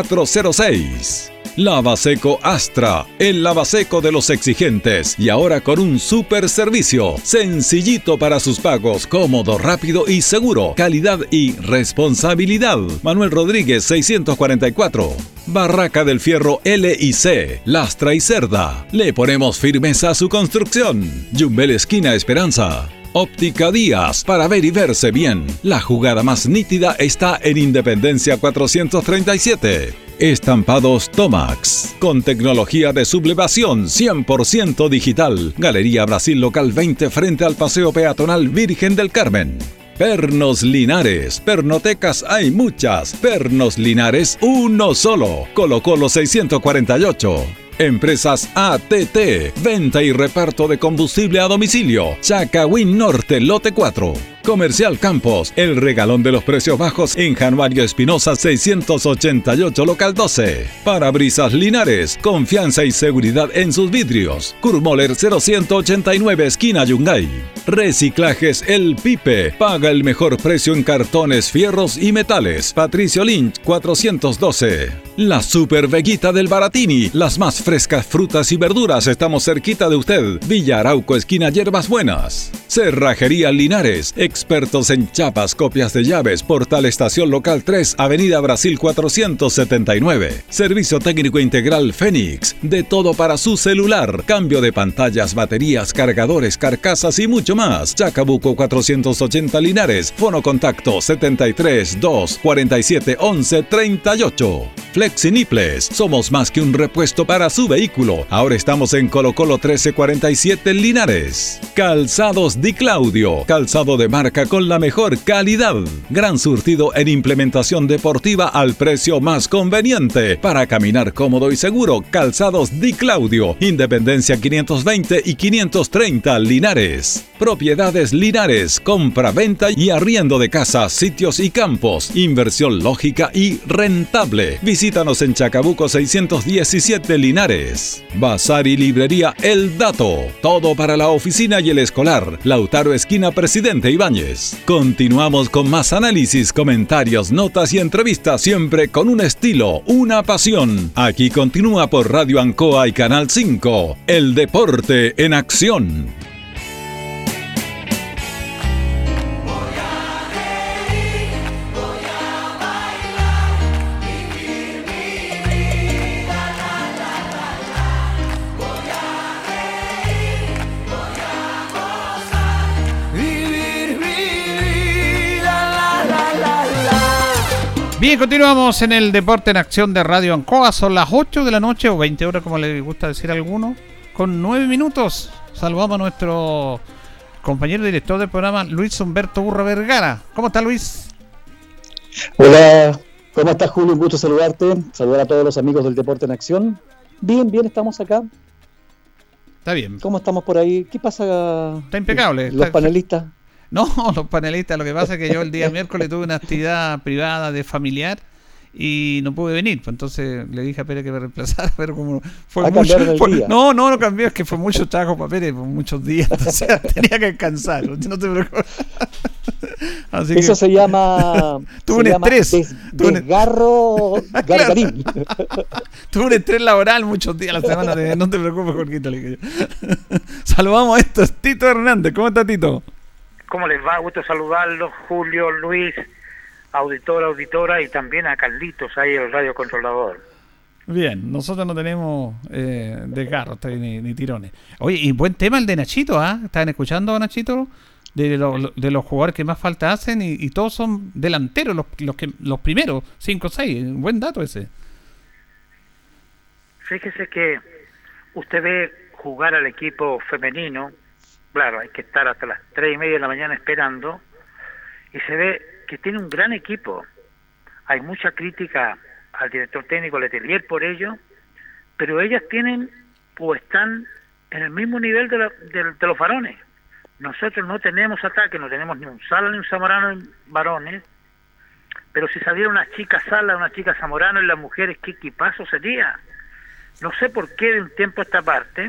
0406. Lavaseco Astra, el lavaseco de los exigentes, y ahora con un super servicio, sencillito para sus pagos, cómodo, rápido y seguro, calidad y responsabilidad. Manuel Rodríguez 644. Barraca del Fierro L&C, Lastra y Cerda. Le ponemos firmeza a su construcción. Yumbel esquina Esperanza. Óptica Díaz, para ver y verse bien. La jugada más nítida está en Independencia 437. Estampados Tomax, con tecnología de sublevación 100% digital. Galería Brasil Local 20 frente al Paseo Peatonal Virgen del Carmen. Pernos Linares, pernotecas hay muchas. Pernos Linares, uno solo. Colo-Colo 648. Empresas ATT, venta y reparto de combustible a domicilio. Chacawín Norte, lote 4. Comercial Campos, el regalón de los precios bajos en Januario Espinosa 688, local 12. Parabrisas Linares, confianza y seguridad en sus vidrios. Kurmoller 0189, esquina Yungay. Reciclajes El Pipe, paga el mejor precio en cartones, fierros y metales. Patricio Lynch 412. La Super Veguita del Baratini, las más frescas frutas y verduras, estamos cerquita de usted. Villa Arauco, esquina Hierbas Buenas. Cerrajería Linares, expertos en chapas, copias de llaves. Portal Estación Local 3, Avenida Brasil 479. Servicio técnico integral Fénix, de todo para su celular. Cambio de pantallas, baterías, cargadores, carcasas y mucho más. Chacabuco 480 Linares. Fono contacto 73 2 47 11 38. Flexiniples, somos más que un repuesto para su vehículo. Ahora estamos en Colo-Colo 1347 Linares. Calzados Di Claudio, calzado de marca con la mejor calidad. Gran surtido en implementación deportiva al precio más conveniente. Para caminar cómodo y seguro, Calzados Di Claudio, Independencia 520 y 530 Linares. Propiedades Linares, compra, venta y arriendo de casas, sitios y campos. Inversión lógica y rentable. Visítanos en Chacabuco 617 Linares. Bazar y librería El Dato. Todo para la oficina y el escolar. Lautaro esquina Presidente Ibáñez. Continuamos con más análisis, comentarios, notas y entrevistas, siempre con un estilo, una pasión. Aquí continúa por Radio Ancoa y Canal 5, El Deporte en Acción. Bien, continuamos en el Deporte en Acción de Radio Ancoa. Son las 8 de la noche o 20 horas, como le gusta decir a alguno, con 9 minutos. Saludamos a nuestro compañero director del programa, Luis Humberto Burra Vergara. ¿Cómo está, Luis? Hola, ¿cómo estás, Julio? Un gusto saludarte. Saludar a todos los amigos del Deporte en Acción. Bien, estamos acá. Está bien. ¿Cómo estamos por ahí? ¿Qué pasa? Está impecable. Los panelistas. No, los panelistas, lo que pasa es que yo el día miércoles tuve una actividad privada de familiar y no pude venir, pues entonces le dije a Pérez que me reemplazara, pero como fue mucho... No cambió, es que fue mucho trabajo para Pérez, por muchos días, entonces tenía que descansar, no te preocupes. Así eso que, se llama... Tuve un estrés. Desgarro gargarín. Tuve un estrés laboral muchos días la semana, no te preocupes, Jorgito. Saludamos a esto, Tito Hernández. ¿Cómo está, Tito? ¿Cómo les va? Gusto saludarlos, Julio, Luis, auditora y también a Carlitos, ahí el radio controlador. Bien, nosotros no tenemos desgarros ni tirones. Oye, y buen tema el de Nachito, ¿ah? ¿Estaban escuchando a Nachito? De los jugadores que más falta hacen y todos son delanteros, los primeros, 5 o 6. Buen dato ese. Fíjese que usted ve jugar al equipo femenino. Claro, hay que estar hasta las 3:30 de la mañana esperando, y se ve que tiene un gran equipo. hay mucha crítica al director técnico Letelier por ello, pero ellas tienen o están en el mismo nivel de los varones. Nosotros no tenemos ataque, no tenemos ni un Sala ni un Zamorano en varones, pero si saliera una chica Sala, una chica Zamorano en las mujeres, ¿qué equipazo sería? No sé por qué de un tiempo a esta parte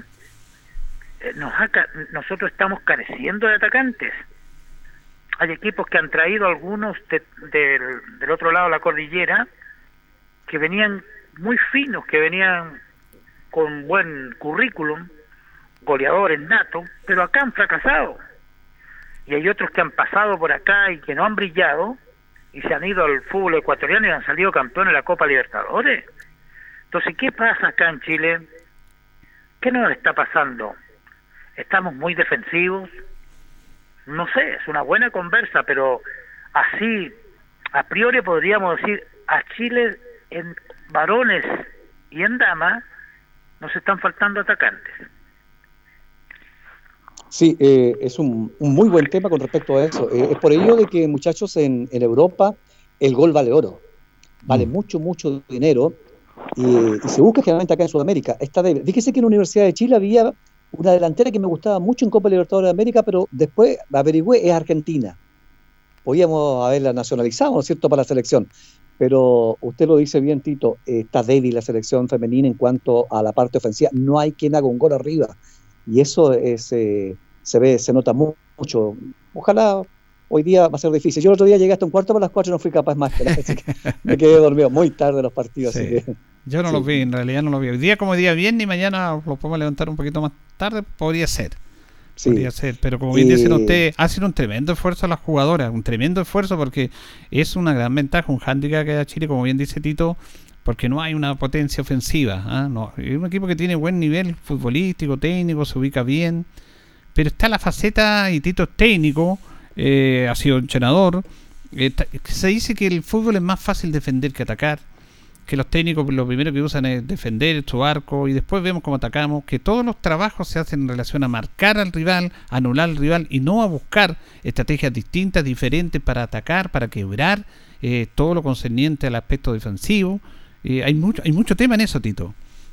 nosotros estamos careciendo de atacantes. Hay equipos que han traído algunos del otro lado de la cordillera que venían muy finos, que venían con buen currículum, goleadores natos, pero acá han fracasado. Y hay otros que han pasado por acá y que no han brillado y se han ido al fútbol ecuatoriano y han salido campeones de la Copa Libertadores. Entonces, ¿qué pasa acá en Chile? ¿Qué nos está pasando? ¿Estamos muy defensivos? No sé, es una buena conversa, pero así, a priori podríamos decir, a Chile en varones y en damas nos están faltando atacantes. Sí, es un muy buen tema con respecto a eso. Es por ello de que, muchachos, en Europa el gol vale oro. Vale mucho dinero y se busca generalmente acá en Sudamérica. Fíjese que en la Universidad de Chile había una delantera que me gustaba mucho en Copa Libertadores de América, pero después averigüé, es argentina. Podíamos haberla nacionalizado, ¿no es cierto?, para la selección. Pero usted lo dice bien, Tito, está débil la selección femenina en cuanto a la parte ofensiva. No hay quien haga un gol arriba. Y eso se nota mucho. Ojalá hoy día va a ser difícil. Yo el otro día llegué hasta un cuarto para las 4 y no fui capaz más, así que me quedé dormido muy tarde en los partidos. Sí. Así que, yo no los vi, en realidad no los vi. Hoy día como día viernes y mañana los podemos levantar un poquito más tarde, podría ser. Sí. Podría ser, pero como bien dicen ustedes, hacen un tremendo esfuerzo a las jugadoras, un tremendo esfuerzo porque es una gran ventaja, un hándicap que da Chile, como bien dice Tito, porque no hay una potencia ofensiva. No, es un equipo que tiene buen nivel futbolístico, técnico, se ubica bien, pero está la faceta, y Tito es técnico, ha sido entrenador, se dice que el fútbol es más fácil defender que atacar, que los técnicos lo primero que usan es defender su arco y después vemos cómo atacamos, que todos los trabajos se hacen en relación a marcar al rival, anular al rival y no a buscar estrategias distintas, diferentes para atacar, para quebrar, todo lo concerniente al aspecto defensivo. Hay mucho tema en eso, Tito.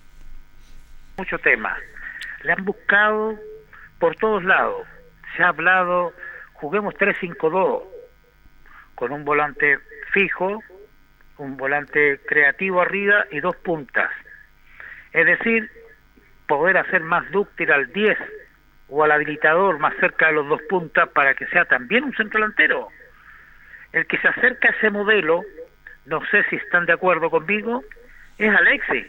Mucho tema. Le han buscado por todos lados. Se ha hablado, juguemos 3-5-2 con un volante fijo, un volante creativo arriba y 2 puntas. Es decir, poder hacer más dúctil al 10 o al habilitador más cerca de los 2 puntas para que sea también un centro delantero. El que se acerca a ese modelo, no sé si están de acuerdo conmigo, es Alexis.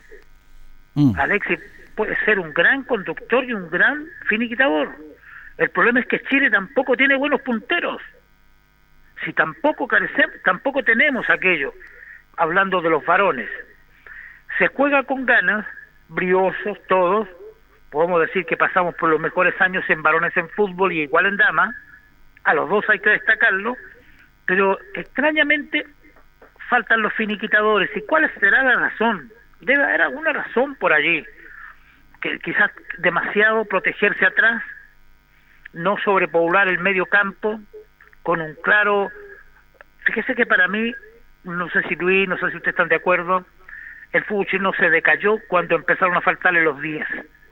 Alexis puede ser un gran conductor y un gran finiquitador. El problema es que Chile tampoco tiene buenos punteros. Si tampoco tenemos aquello. Hablando de los varones, se juega con ganas, briosos todos, podemos decir que pasamos por los mejores años en varones en fútbol y igual en damas, a los dos hay que destacarlo, pero extrañamente faltan los finiquitadores. ¿Y cuál será la razón? Debe haber alguna razón por allí, que quizás demasiado protegerse atrás, no sobrepoblar el medio campo, con un claro... Fíjese que para mí, no sé si Luis, no sé si ustedes están de acuerdo, el fútbol chileno se decayó cuando empezaron a faltarle los 10.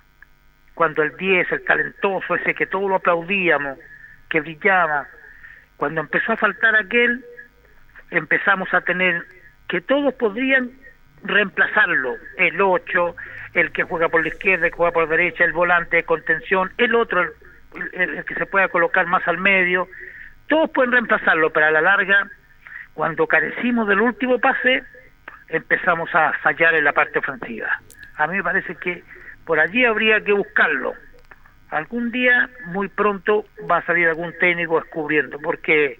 Cuando el 10, el talentoso, ese que todos lo aplaudíamos, que brillaba, cuando empezó a faltar aquel, empezamos a tener que todos podrían reemplazarlo, el 8, el que juega por la izquierda, el que juega por la derecha, el volante de contención, el otro, el que se pueda colocar más al medio, todos pueden reemplazarlo, pero a la larga, cuando carecimos del último pase, empezamos a fallar en la parte ofensiva. A mí me parece que por allí habría que buscarlo. Algún día, muy pronto, va a salir algún técnico descubriendo, porque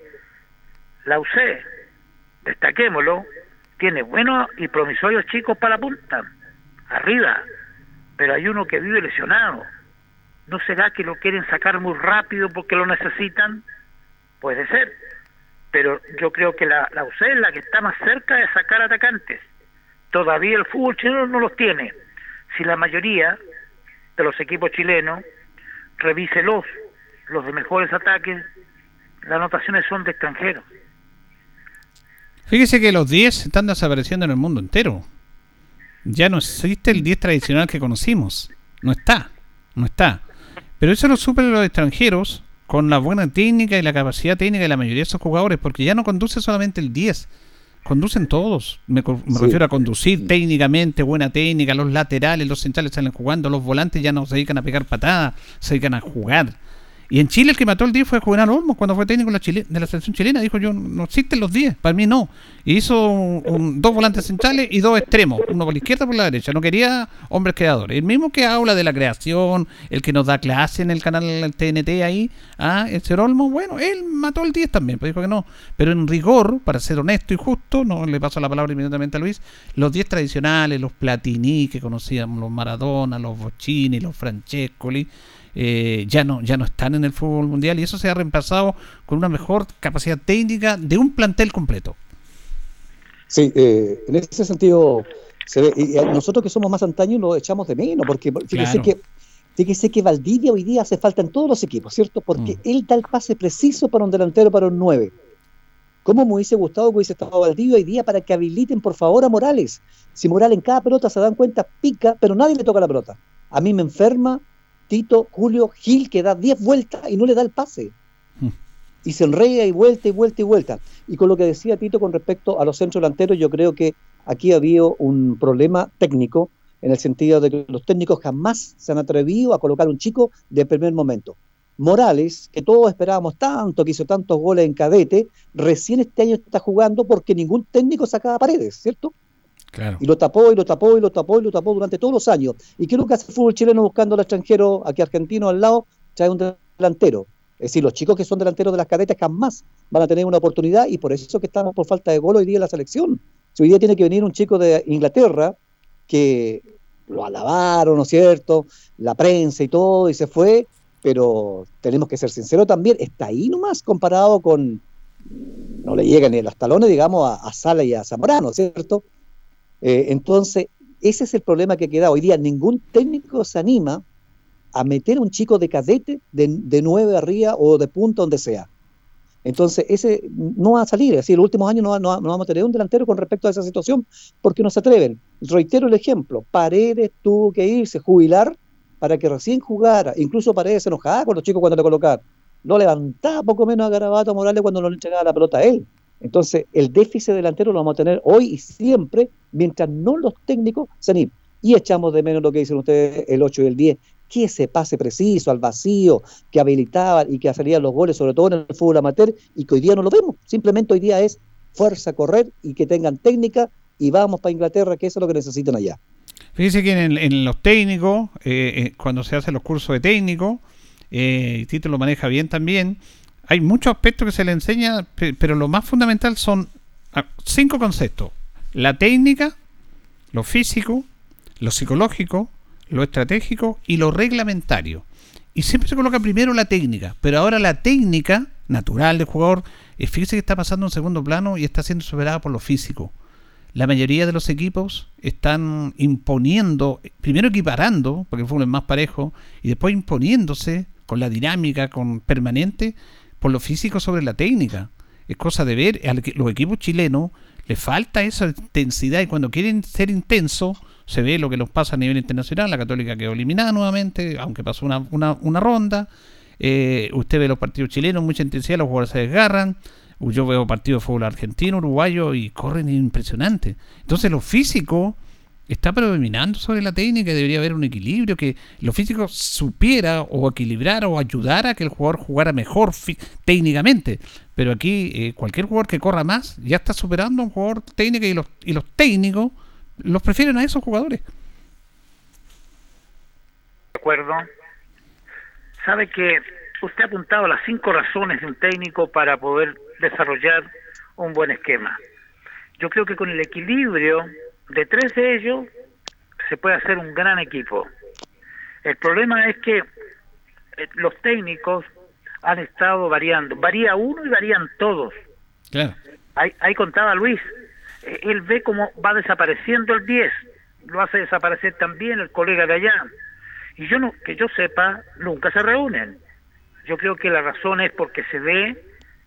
la UC, destaquémoslo, tiene buenos y promisorios chicos para la punta, arriba, pero hay uno que vive lesionado. ¿No será que lo quieren sacar muy rápido porque lo necesitan? Puede ser, pero yo creo que la UC es la que está más cerca de sacar atacantes. Todavía el fútbol chileno no los tiene. Si la mayoría de los equipos chilenos, revíselos, los de mejores ataques, las anotaciones son de extranjeros. Fíjese que los 10 están desapareciendo en el mundo entero. Ya no existe el 10 tradicional que conocimos. No está. Pero eso lo suplen los extranjeros con la buena técnica y la capacidad técnica de la mayoría de esos jugadores, porque ya no conduce solamente el 10. Conducen todos. Me refiero a conducir técnicamente, buena técnica. Los laterales, los centrales salen jugando. Los volantes ya no se dedican a pegar patadas, se dedican a jugar. Y en Chile el que mató el 10 fue Juvenal Olmos cuando fue técnico de la selección chilena. Dijo, yo no existen los 10, para mí no. Y hizo dos volantes centrales y dos extremos, uno por la izquierda y por la derecha. No quería hombres creadores. El mismo que habla de la creación, el que nos da clase en el canal TNT ahí, el señor Olmos, bueno, él mató el 10 también, pero dijo que no. Pero en rigor, para ser honesto y justo, no le paso la palabra inmediatamente a Luis, los 10 tradicionales, los Platini que conocíamos, los Maradona, los Bocchini, los Francescoli, ya no están en el fútbol mundial, y eso se ha reemplazado con una mejor capacidad técnica de un plantel completo. Sí, en ese sentido se ve, y nosotros que somos más antaños lo echamos de menos, porque fíjese que Valdivia hoy día hace falta en todos los equipos, ¿cierto? Porque él da el pase preciso para un delantero, para un 9. ¿Cómo me hubiese gustado que hubiese estado Valdivia hoy día para que habiliten por favor a Morales? Si Morales en cada pelota se dan cuenta, pica, pero nadie le toca la pelota. A mí me enferma Tito, Julio, Gil, que da 10 vueltas y no le da el pase. Y se enreda y vuelta y vuelta y vuelta. Y con lo que decía Tito con respecto a los centros delanteros, yo creo que aquí ha habido un problema técnico, en el sentido de que los técnicos jamás se han atrevido a colocar un chico de primer momento. Morales, que todos esperábamos tanto, que hizo tantos goles en cadete, recién este año está jugando porque ningún técnico sacaba Paredes, ¿cierto? Claro. Y lo tapó durante todos los años. ¿Y qué es lo que hace el fútbol chileno buscando al extranjero, aquí argentino al lado? Trae un delantero. Es decir, los chicos que son delanteros de las cadetes jamás van a tener una oportunidad, y por eso es que estamos por falta de gol hoy día en la selección. Si hoy día tiene que venir un chico de Inglaterra, que lo alabaron, ¿no es cierto? La prensa y todo, y se fue, pero tenemos que ser sinceros también, está ahí nomás comparado con, no le llegan ni a los talones, digamos, a Sala y a Zamorano, ¿cierto? Entonces, ese es el problema que queda hoy día. Ningún técnico se anima a meter a un chico de cadete de 9 arriba o de punta, donde sea. Entonces, ese no va a salir. Así, en los últimos años no vamos a tener un delantero con respecto a esa situación, porque no se atreven. Reitero el ejemplo: Paredes tuvo que irse, jubilar, para que recién jugara. Incluso Paredes se enojaba con los chicos cuando le colocaban. No levantaba poco menos a Garabato, a Morales, cuando no le entregaba la pelota a él. Entonces, el déficit delantero lo vamos a tener hoy y siempre, mientras no los técnicos se animen. Y echamos de menos lo que dicen ustedes, el 8 y el 10, que ese pase preciso al vacío, que habilitaban y que hacían los goles, sobre todo en el fútbol amateur, y que hoy día no lo vemos. Simplemente hoy día es fuerza, correr, y que tengan técnica, y vamos para Inglaterra, que eso es lo que necesitan allá. Fíjese que en los técnicos, cuando se hacen los cursos de técnico, Tito lo maneja bien también, hay muchos aspectos que se le enseña, pero lo más fundamental son 5 conceptos: la técnica, lo físico, lo psicológico, lo estratégico y lo reglamentario. Y siempre se coloca primero la técnica, pero ahora la técnica natural del jugador, fíjese que está pasando en segundo plano y está siendo superada por lo físico. La mayoría de los equipos están imponiendo, primero equiparando, porque el fútbol es más parejo, y después imponiéndose con la dinámica, con permanente, por lo físico sobre la técnica. Es cosa de ver, a los equipos chilenos les falta esa intensidad, y cuando quieren ser intensos, se ve lo que nos pasa a nivel internacional. La Católica quedó eliminada nuevamente, aunque pasó una ronda. Usted ve los partidos chilenos, mucha intensidad, los jugadores se desgarran. Yo veo partidos de fútbol argentino, uruguayo, y corren impresionante. Entonces lo físico está predominando sobre la técnica, y debería haber un equilibrio, que lo físico supiera o equilibrara o ayudara a que el jugador jugara mejor técnicamente. Pero aquí cualquier jugador que corra más ya está superando a un jugador técnico, y los técnicos los prefieren a esos jugadores. De acuerdo. Sabe que usted ha apuntado las 5 razones de un técnico para poder desarrollar un buen esquema. Yo creo que con el equilibrio de 3 de ellos se puede hacer un gran equipo. El problema es que los técnicos han estado variando. Varía uno y varían todos. Claro. Ahí contaba Luis. Él ve cómo va desapareciendo el 10. Lo hace desaparecer también el colega de allá. Y que yo sepa, nunca se reúnen. Yo creo que la razón es porque se ve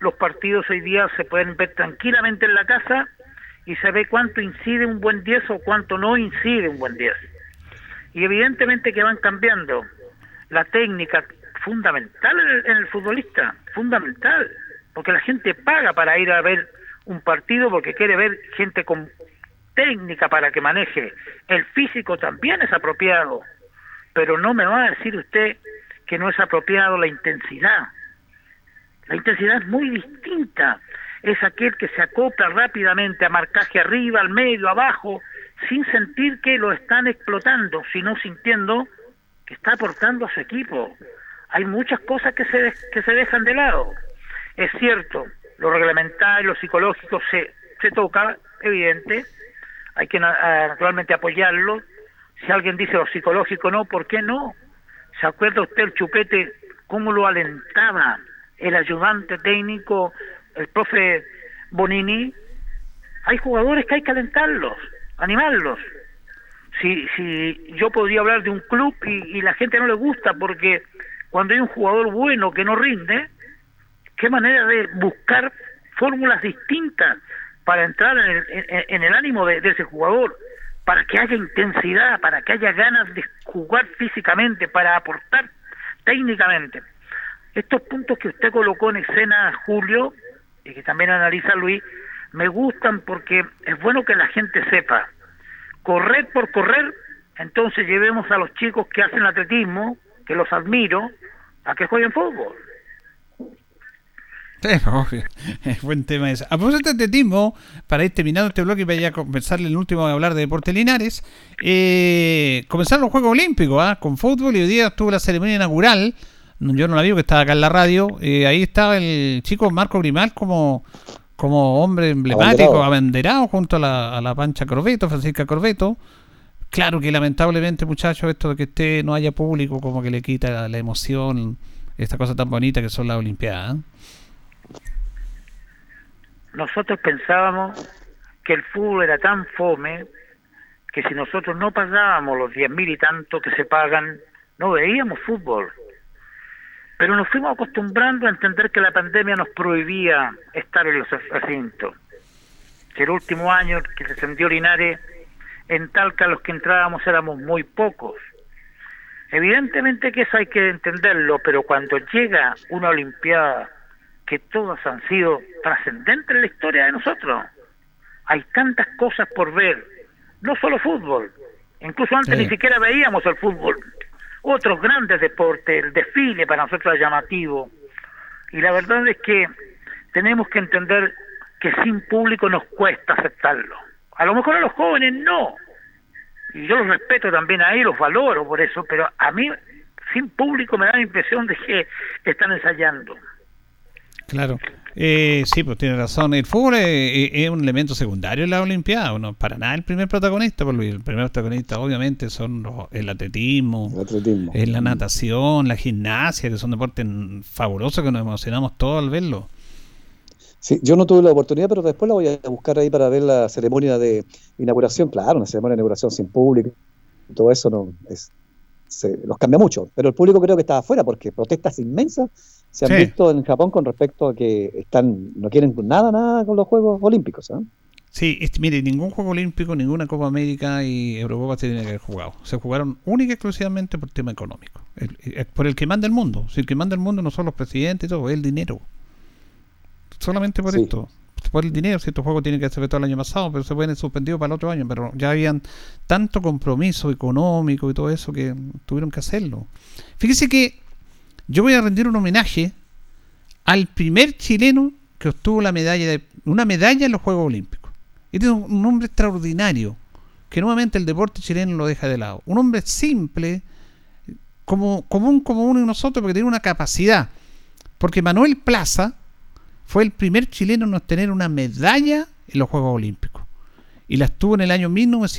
los partidos hoy día se pueden ver tranquilamente en la casa y se ve cuánto incide un buen 10 o cuánto no incide un buen 10. Y evidentemente que van cambiando. La técnica, fundamental en el futbolista, fundamental, porque la gente paga para ir a ver un partido porque quiere ver gente con técnica para que maneje. El físico también es apropiado, pero no me va a decir usted que no es apropiado la intensidad. La intensidad es muy distinta. Es aquel que se acopla rápidamente a marcaje arriba, al medio, abajo, sin sentir que lo están explotando, sino sintiendo que está aportando a su equipo. Hay muchas cosas que se dejan de lado. Es cierto, lo reglamentario, lo psicológico se toca, evidente, hay que naturalmente apoyarlo. Si alguien dice lo psicológico no, ¿por qué no? ¿Se acuerda usted el Chupete cómo lo alentaba el ayudante técnico, el profe Bonini? Hay jugadores que hay que alentarlos, animarlos. Si yo podría hablar de un club y la gente no le gusta porque cuando hay un jugador bueno que no rinde, qué manera de buscar fórmulas distintas para entrar en el ánimo de ese jugador, para que haya intensidad, para que haya ganas de jugar físicamente, para aportar técnicamente. Estos puntos que usted colocó en escena, Julio, y que también analiza Luis, me gustan porque es bueno que la gente sepa. Correr por correr, entonces llevemos a los chicos que hacen atletismo, que los admiro, a que jueguen fútbol. Sí, obvio. Es buen tema ese. A propósito de atletismo, para ir terminando este bloque y para ya comenzarle el último a hablar de Deportes Linares, comenzaron los Juegos Olímpicos con fútbol y hoy día estuvo la ceremonia inaugural. Yo no la vi porque estaba acá en la radio. Ahí estaba el chico Marco Grimal como hombre emblemático, abanderado junto a la Pancha Corbeto, Francisca Corbeto. Claro que lamentablemente, muchachos, esto de que no haya público como que le quita la emoción, esta cosa tan bonita que son las Olimpiadas. Nosotros pensábamos que el fútbol era tan fome que si nosotros no pagábamos los 10.000 y tanto que se pagan, no veíamos fútbol. Pero nos fuimos acostumbrando a entender que la pandemia nos prohibía estar en los recintos. Que el último año que descendió Linares, en Talca los que entrábamos éramos muy pocos. Evidentemente que eso hay que entenderlo, pero cuando llega una Olimpiada, que todas han sido trascendentes en la historia de nosotros, hay tantas cosas por ver, no solo fútbol, incluso antes ni siquiera veíamos el fútbol, otros grandes deportes, el desfile para nosotros es llamativo, y la verdad es que tenemos que entender que sin público nos cuesta aceptarlo. A lo mejor a los jóvenes no, y yo los respeto también a ellos, los valoro por eso, pero a mí sin público me da la impresión de que están ensayando. Claro, sí, pues tiene razón. El fútbol es un elemento secundario en la Olimpiada, no para nada el primer protagonista, porque el primer protagonista obviamente son el atletismo, es la natación, la gimnasia, que son deportes fabulosos que nos emocionamos todos al verlo. Sí, yo no tuve la oportunidad, pero después la voy a buscar ahí para ver la ceremonia de inauguración. Claro, una ceremonia de inauguración sin público, todo eso los cambia mucho, pero el público creo que está afuera porque protestas inmensas se han visto en Japón con respecto a que no quieren nada con los Juegos Olímpicos, ¿eh? Sí, mire, ningún Juego Olímpico, ninguna Copa América y Eurocopa se tiene que haber jugado. Se jugaron única y exclusivamente por tema económico, por el que manda el mundo. Si el que manda el mundo no son los presidentes y todo, es el dinero. Solamente por esto, por el dinero. Si estos juegos tienen que ser efectuados el año pasado, pero se pueden ser suspendidos para el otro año, pero ya habían tanto compromiso económico y todo eso que tuvieron que hacerlo. Fíjese que yo voy a rendir un homenaje al primer chileno que obtuvo una medalla en los Juegos Olímpicos. Este es un hombre extraordinario, que nuevamente el deporte chileno lo deja de lado. Un hombre simple, común como uno de nosotros, porque tiene una capacidad. Porque Manuel Plaza fue el primer chileno en obtener una medalla en los Juegos Olímpicos. Y la obtuvo en el año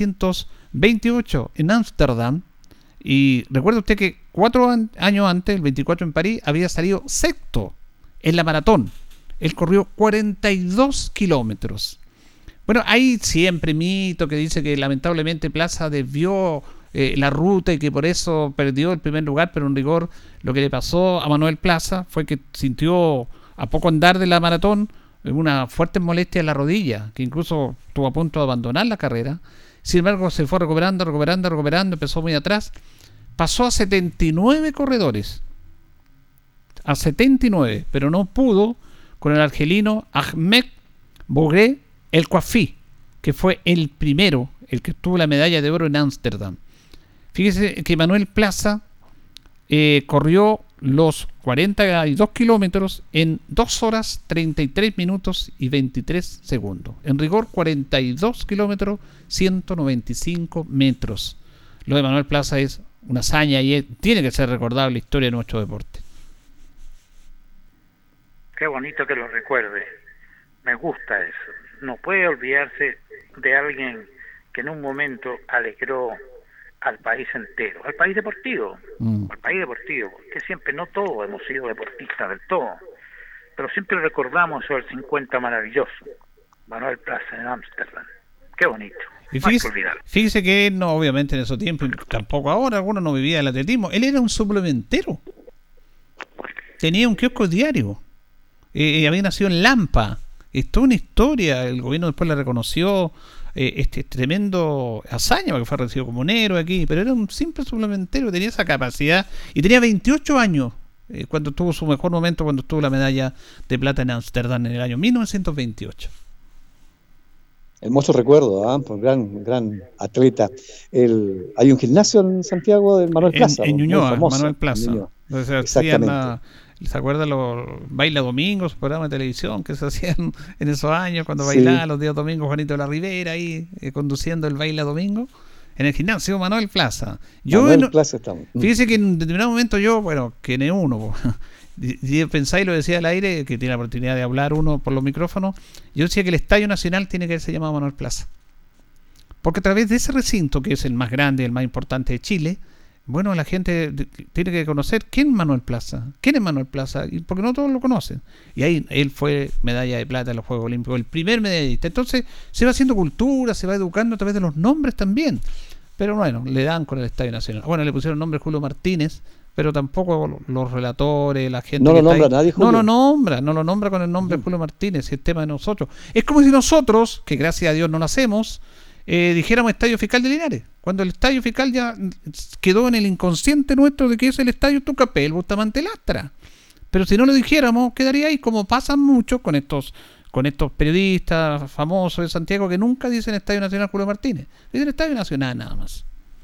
1928 en Ámsterdam. Y recuerda usted que 4 años antes, el 24 en París, había salido sexto en la maratón. Él corrió 42 kilómetros. Bueno, hay siempre mito que dice que lamentablemente Plaza desvió la ruta y que por eso perdió el primer lugar, pero en rigor lo que le pasó a Manuel Plaza fue que sintió a poco andar de la maratón, una fuerte molestia en la rodilla, que incluso estuvo a punto de abandonar la carrera. Sin embargo, se fue recuperando, empezó muy atrás. Pasó a 79 corredores. A 79, pero no pudo con el argelino Ahmed Bouguer El Kouafi, que fue el primero, el que obtuvo la medalla de oro en Ámsterdam. Fíjese que Manuel Plaza corrió los 42 kilómetros en 2 horas 33 minutos y 23 segundos. En rigor, 42 kilómetros, 195 metros. Lo de Manuel Plaza es una hazaña y tiene que ser recordado en la historia de nuestro deporte. Qué bonito que lo recuerde. Me gusta eso. No puede olvidarse de alguien que en un momento alegró al país entero, al país deportivo, porque siempre, no todos hemos sido deportistas del todo, pero siempre recordamos eso del 50 maravilloso, Manuel Plaza en Ámsterdam. Qué bonito. Y fíjese que no, obviamente en esos tiempos, tampoco ahora, algunos no vivían el atletismo, él era un suplementero, tenía un kiosco diario, había nacido en Lampa, es toda una historia, el gobierno después le reconoció tremendo hazaña, porque fue recibido como un héroe aquí, pero era un simple suplementero, tenía esa capacidad, y tenía 28 años cuando tuvo su mejor momento, cuando tuvo la medalla de plata en Ámsterdam en el año 1928. Hermoso recuerdo, por gran atleta. Hay un gimnasio en Santiago del Manuel Plaza. En Ñuñoa, Manuel Plaza. Exactamente. ¿Se acuerdan los Baila Domingos, programas de televisión que se hacían en esos años cuando bailaba los días domingos Juanito de la Rivera ahí conduciendo el Baila Domingo? En el gimnasio Manuel Plaza. Plaza estamos. Fíjese que en determinado momento yo, que ni uno, pensáis y lo decía al aire, que tiene la oportunidad de hablar uno por los micrófonos, yo decía que el Estadio Nacional tiene que ser llamado Manuel Plaza. Porque a través de ese recinto, que es el más grande, el más importante de Chile, bueno, la gente tiene que conocer quién es Manuel Plaza, porque no todos lo conocen. Y ahí él fue medalla de plata en los Juegos Olímpicos, el primer medallista. Entonces se va haciendo cultura, se va educando a través de los nombres también. Pero bueno, le dan con el Estadio Nacional. Bueno, le pusieron el nombre Julio Martínez, pero tampoco los relatores, la gente... No lo nombra nadie, Julio. No lo nombra con el nombre Julio Martínez, el tema de nosotros. Es como si nosotros, que gracias a Dios no lo hacemos, dijéramos Estadio Fiscal de Linares, cuando el Estadio Fiscal ya quedó en el inconsciente nuestro de que es el Estadio Tucapel Bustamante Lastra. Pero si no lo dijéramos, quedaría ahí, como pasa mucho con estos periodistas famosos de Santiago que nunca dicen Estadio Nacional Julio Martínez, dicen Estadio Nacional nada más.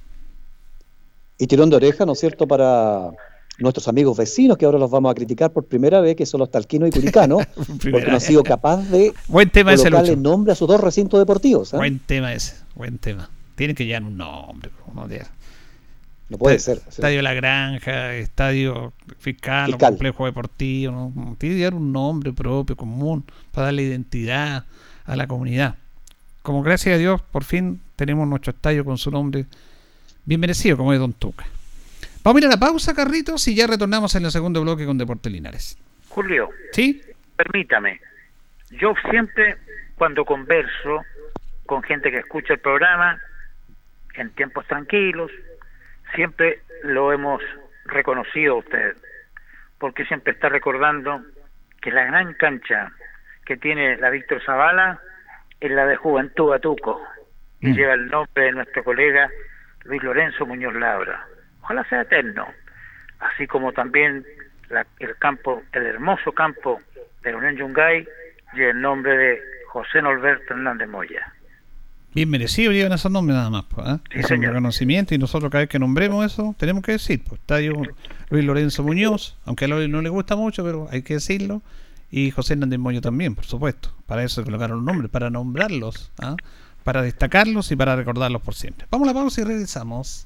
Y tirón de oreja, ¿no es cierto?, para nuestros amigos vecinos, que ahora los vamos a criticar por primera vez, que son los talquinos y curicanos, porque no han sido capaz de colocarle nombre a sus 2 recintos deportivos. Buen tema ese, buen tema. Tienen que llevar un nombre. No puede ser. Estadio La Granja, Estadio Fiscal. O Complejo Deportivo. ¿no? Tiene que llevar un nombre propio, común, para darle identidad a la comunidad. Como gracias a Dios, por fin tenemos nuestro estadio con su nombre bien merecido, como es Don Tuca. Vamos a ir a la pausa, Carritos, y ya retornamos en el segundo bloque con Deportes Linares. Julio, ¿sí? Permítame. Yo siempre, cuando converso con gente que escucha el programa, en tiempos tranquilos, siempre lo hemos reconocido a usted, porque siempre está recordando que la gran cancha que tiene la Víctor Zavala es la de Juventud Batuco, y lleva el nombre de nuestro colega Luis Lorenzo Muñoz Labra. Ojalá sea eterno, así como también el hermoso campo de la Unión Yungay lleva el nombre de José Norberto Hernández Moya. Bien merecido llevan esos nombres nada más, ¿eh? Sí, es un reconocimiento, y nosotros cada vez que nombremos eso tenemos que decir, Estadio Luis Lorenzo Muñoz, aunque a Luis no le gusta mucho, pero hay que decirlo, y José Hernández Moya también, por supuesto. Para eso colocaron los nombres, para nombrarlos, para destacarlos y para recordarlos por siempre. Vamos a la pausa y regresamos.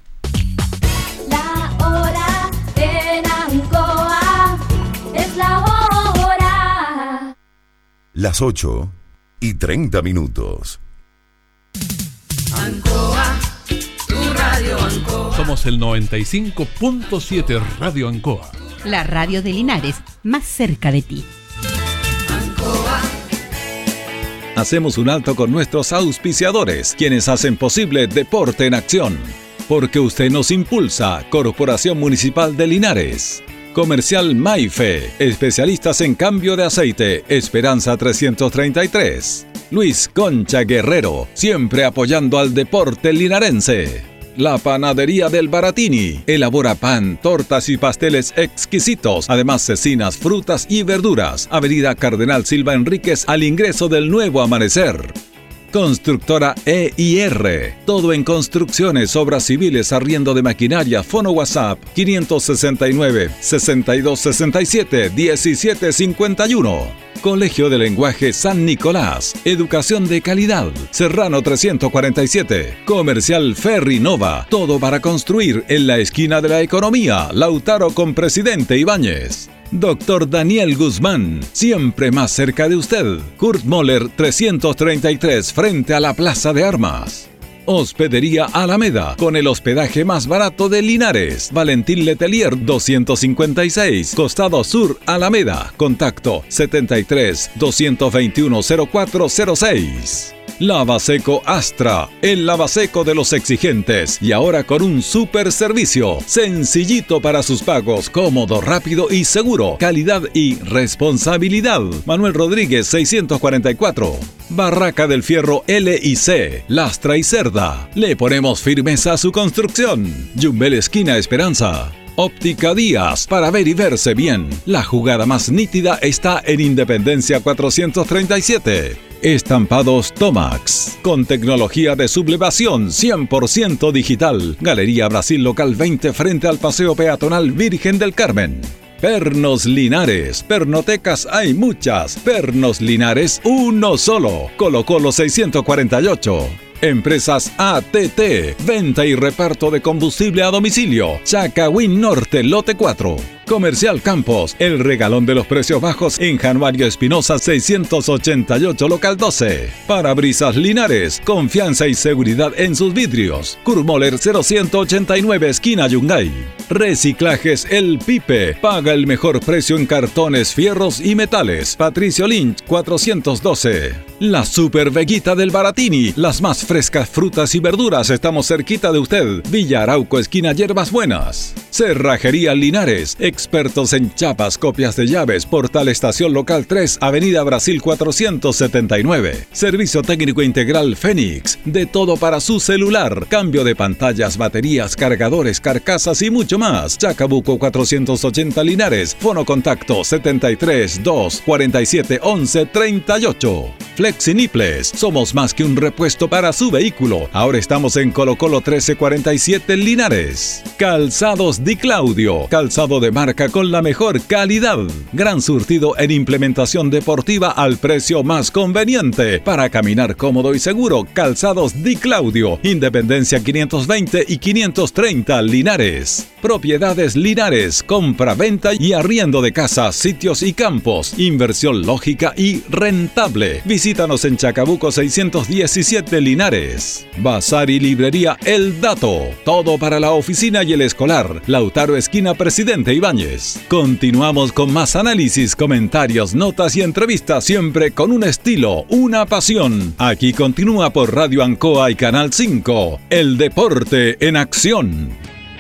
La hora en Ancoa es la hora. Las 8:30. Ancoa, tu radio Ancoa. Somos el 95.7 Radio Ancoa. La radio de Linares, más cerca de ti. Ancoa. Hacemos un alto con nuestros auspiciadores, quienes hacen posible Deporte en Acción. Porque usted nos impulsa, Corporación Municipal de Linares. Comercial Maife, especialistas en cambio de aceite, Esperanza 333. Luis Concha Guerrero, siempre apoyando al deporte linarense. La Panadería del Baratini, elabora pan, tortas y pasteles exquisitos, además cecinas, frutas y verduras. Avenida Cardenal Silva Enríquez al ingreso del Nuevo Amanecer. Constructora EIR, todo en construcciones, obras civiles, arriendo de maquinaria. Fono WhatsApp 569-6267-1751. Colegio de Lenguaje San Nicolás, educación de calidad. Serrano 347. Comercial Ferry Nova, todo para construir en la esquina de la economía. Lautaro con Presidente Ibáñez. Dr. Daniel Guzmán, siempre más cerca de usted. Kurt Moller 333, frente a la Plaza de Armas. Hospedería Alameda, con el hospedaje más barato de Linares. Valentín Letelier 256, Costado Sur, Alameda. Contacto 73 221 0406. Lavaseco Astra, el lavaseco de los exigentes, y ahora con un super servicio, sencillito para sus pagos, cómodo, rápido y seguro, calidad y responsabilidad. Manuel Rodríguez 644. Barraca del Fierro L&C, lastra y cerda. Le ponemos firmeza a su construcción. Yumbel esquina Esperanza. Óptica Díaz, para ver y verse bien. La jugada más nítida está en Independencia 437. Estampados Tomax, con tecnología de sublevación 100% digital. Galería Brasil Local 20, frente al Paseo Peatonal Virgen del Carmen. Pernos Linares, pernotecas hay muchas. Pernos Linares, uno solo. Colo Colo 648. Empresas ATT, venta y reparto de combustible a domicilio. Chacawin Norte, lote 4. Comercial Campos, el regalón de los precios bajos en Januario Espinosa 688, local 12. Parabrisas Linares, confianza y seguridad en sus vidrios. Kurmoller 0189, esquina Yungay. Reciclajes El Pipe, paga el mejor precio en cartones, fierros y metales. Patricio Lynch 412. La Super Veguita del Baratini, las más frescas frutas y verduras, estamos cerquita de usted. Villa Arauco, esquina Hierbas Buenas. Cerrajería Linares, expertos en chapas, copias de llaves. Portal Estación Local 3, Avenida Brasil 479. Servicio técnico integral Fénix, de todo para su celular. Cambio de pantallas, baterías, cargadores, carcasas y mucho más. Chacabuco 480 Linares. Fono contacto 73 2 47 11 38. Flexiniples, somos más que un repuesto para su vehículo. Ahora estamos en Colo Colo 1347 Linares. Calzados Di Claudio, calzado de marca con la mejor calidad. Gran surtido en implementación deportiva al precio más conveniente. Para caminar cómodo y seguro, Calzados Di Claudio, Independencia 520 y 530 Linares. Propiedades Linares, compra, venta y arriendo de casas, sitios y campos. Inversión lógica y rentable. Visítanos en Chacabuco 617 Linares. Bazar y librería El Dato, todo para la oficina y el escolar. Lautaro esquina Presidente Ibáñez. Continuamos con más análisis, comentarios, notas y entrevistas, siempre con un estilo, una pasión. Aquí continúa por Radio Ancoa y Canal 5, el deporte en acción.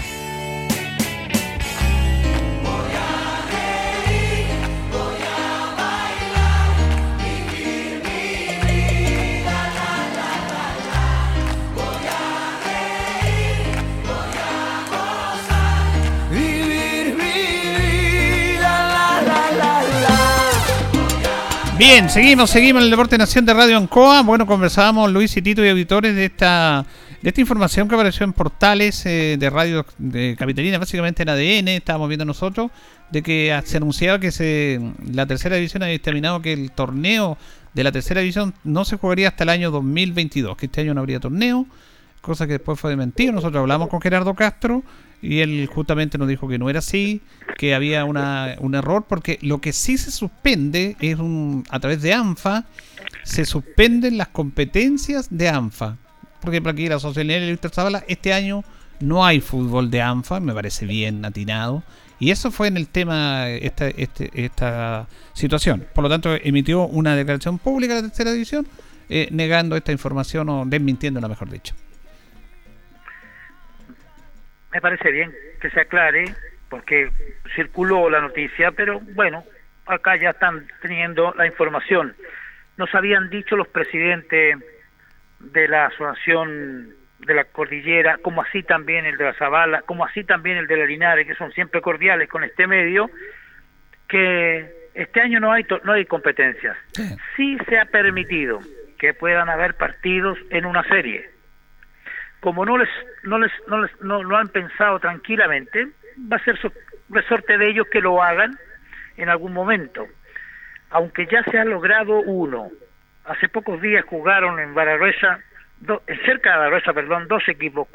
Bien, seguimos en el Deporte Nación de Radio Ancoa. Bueno, conversábamos Luis y Tito y auditores de esta información que apareció en portales de radio de Capitalina, básicamente en ADN, estábamos viendo nosotros, de que se anunciaba que la tercera división había determinado que el torneo de la tercera división no se jugaría hasta el año 2022, que este año no habría torneo, cosa que después fue desmentido. Nosotros hablamos con Gerardo Castro y él justamente nos dijo que no era así, que había un error, porque lo que sí se suspende es a través de ANFA, se suspenden las competencias de ANFA. Por ejemplo, aquí la Sociedad de Víctor Zavala, este año no hay fútbol de ANFA, me parece bien atinado, y eso fue en el tema esta situación. Por lo tanto, emitió una declaración pública de la tercera división negando esta información, o desmintiéndola, mejor dicho. Me parece bien que se aclare porque circuló la noticia, pero bueno, acá ya están teniendo la información. Nos habían dicho los presidentes de la asociación de la Cordillera, como así también el de la Zabala, como así también el de la Linares, que son siempre cordiales con este medio, que este año no hay competencias. Sí se ha permitido que puedan haber partidos en una serie. Como no lo han pensado tranquilamente, va a ser resorte de ellos que lo hagan en algún momento. Aunque ya se ha logrado uno. Hace pocos días jugaron en Bararruesa, cerca de Bararruesa, dos equipos.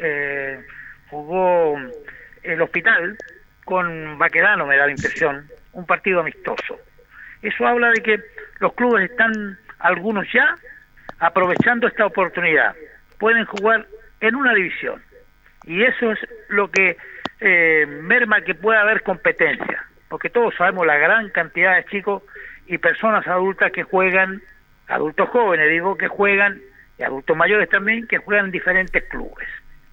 Jugó el Hospital con Baquedano, me da la impresión, un partido amistoso. Eso habla de que los clubes están, algunos ya, aprovechando esta oportunidad. Pueden jugar en una división. Y eso es lo que merma que pueda haber competencia. Porque todos sabemos la gran cantidad de chicos y personas adultas que juegan, adultos jóvenes digo, que juegan, y adultos mayores también, que juegan en diferentes clubes.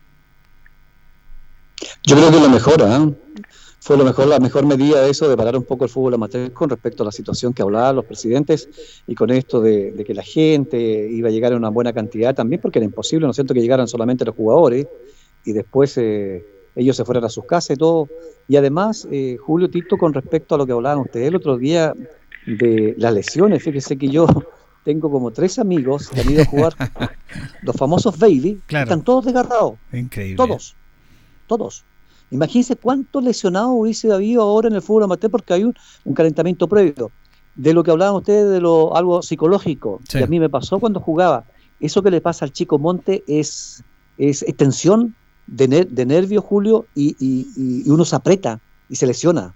Yo creo que lo mejor, fue la mejor medida de eso, de parar un poco el fútbol amateur con respecto a la situación que hablaban los presidentes, y con esto de que la gente iba a llegar a una buena cantidad también, porque era imposible, ¿no es cierto?, que llegaran solamente los jugadores y después ellos se fueran a sus casas y todo. Y además, Julio, Tito, con respecto a lo que hablaban ustedes el otro día de las lesiones, fíjese que yo tengo como 3 amigos que han ido a jugar los famosos Bailey, claro. Están todos desgarrados. Increíble. Todos. Imagínense cuántos lesionados hubiese habido ahora en el fútbol amateur, porque hay un calentamiento previo. De lo que hablaban ustedes de algo psicológico, sí. Que a mí me pasó cuando jugaba. Eso que le pasa al Chico Monte es tensión de nervios, Julio, y uno se aprieta y se lesiona.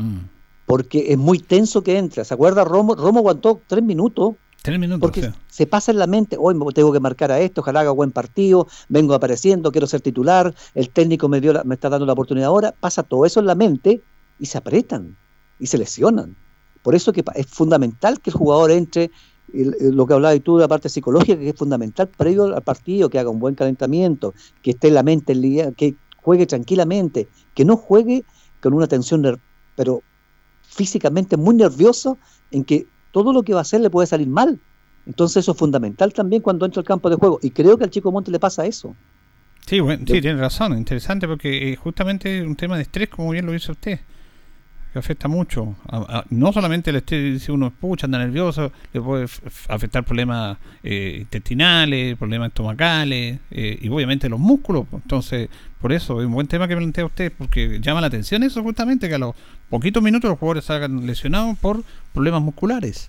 Porque es muy tenso que entra. ¿Se acuerda? Romo aguantó 3 minutos. 3 minutos, porque sí. Se pasa en la mente, hoy tengo que marcar a esto, ojalá haga buen partido, vengo apareciendo, quiero ser titular, el técnico me está dando la oportunidad ahora. Pasa todo eso en la mente y se aprietan y se lesionan. Por eso que es fundamental que el jugador entre, lo que hablabas tú de la parte psicológica, que es fundamental previo al partido, que haga un buen calentamiento, que esté en la mente, que juegue tranquilamente, que no juegue con una tensión, pero físicamente muy nervioso, en que todo lo que va a hacer le puede salir mal. Entonces eso es fundamental también cuando entra al campo de juego, y creo que al Chico Monte le pasa eso. Sí, bueno, sí, tiene razón, interesante, porque justamente un tema de estrés, como bien lo dice usted, que afecta mucho. No solamente el estrés, si uno escucha, anda nervioso, le puede afectar problemas intestinales, problemas estomacales, y obviamente los músculos. Entonces, por eso es un buen tema que plantea usted, porque llama la atención eso justamente, que a los poquitos minutos los jugadores salgan lesionados por problemas musculares.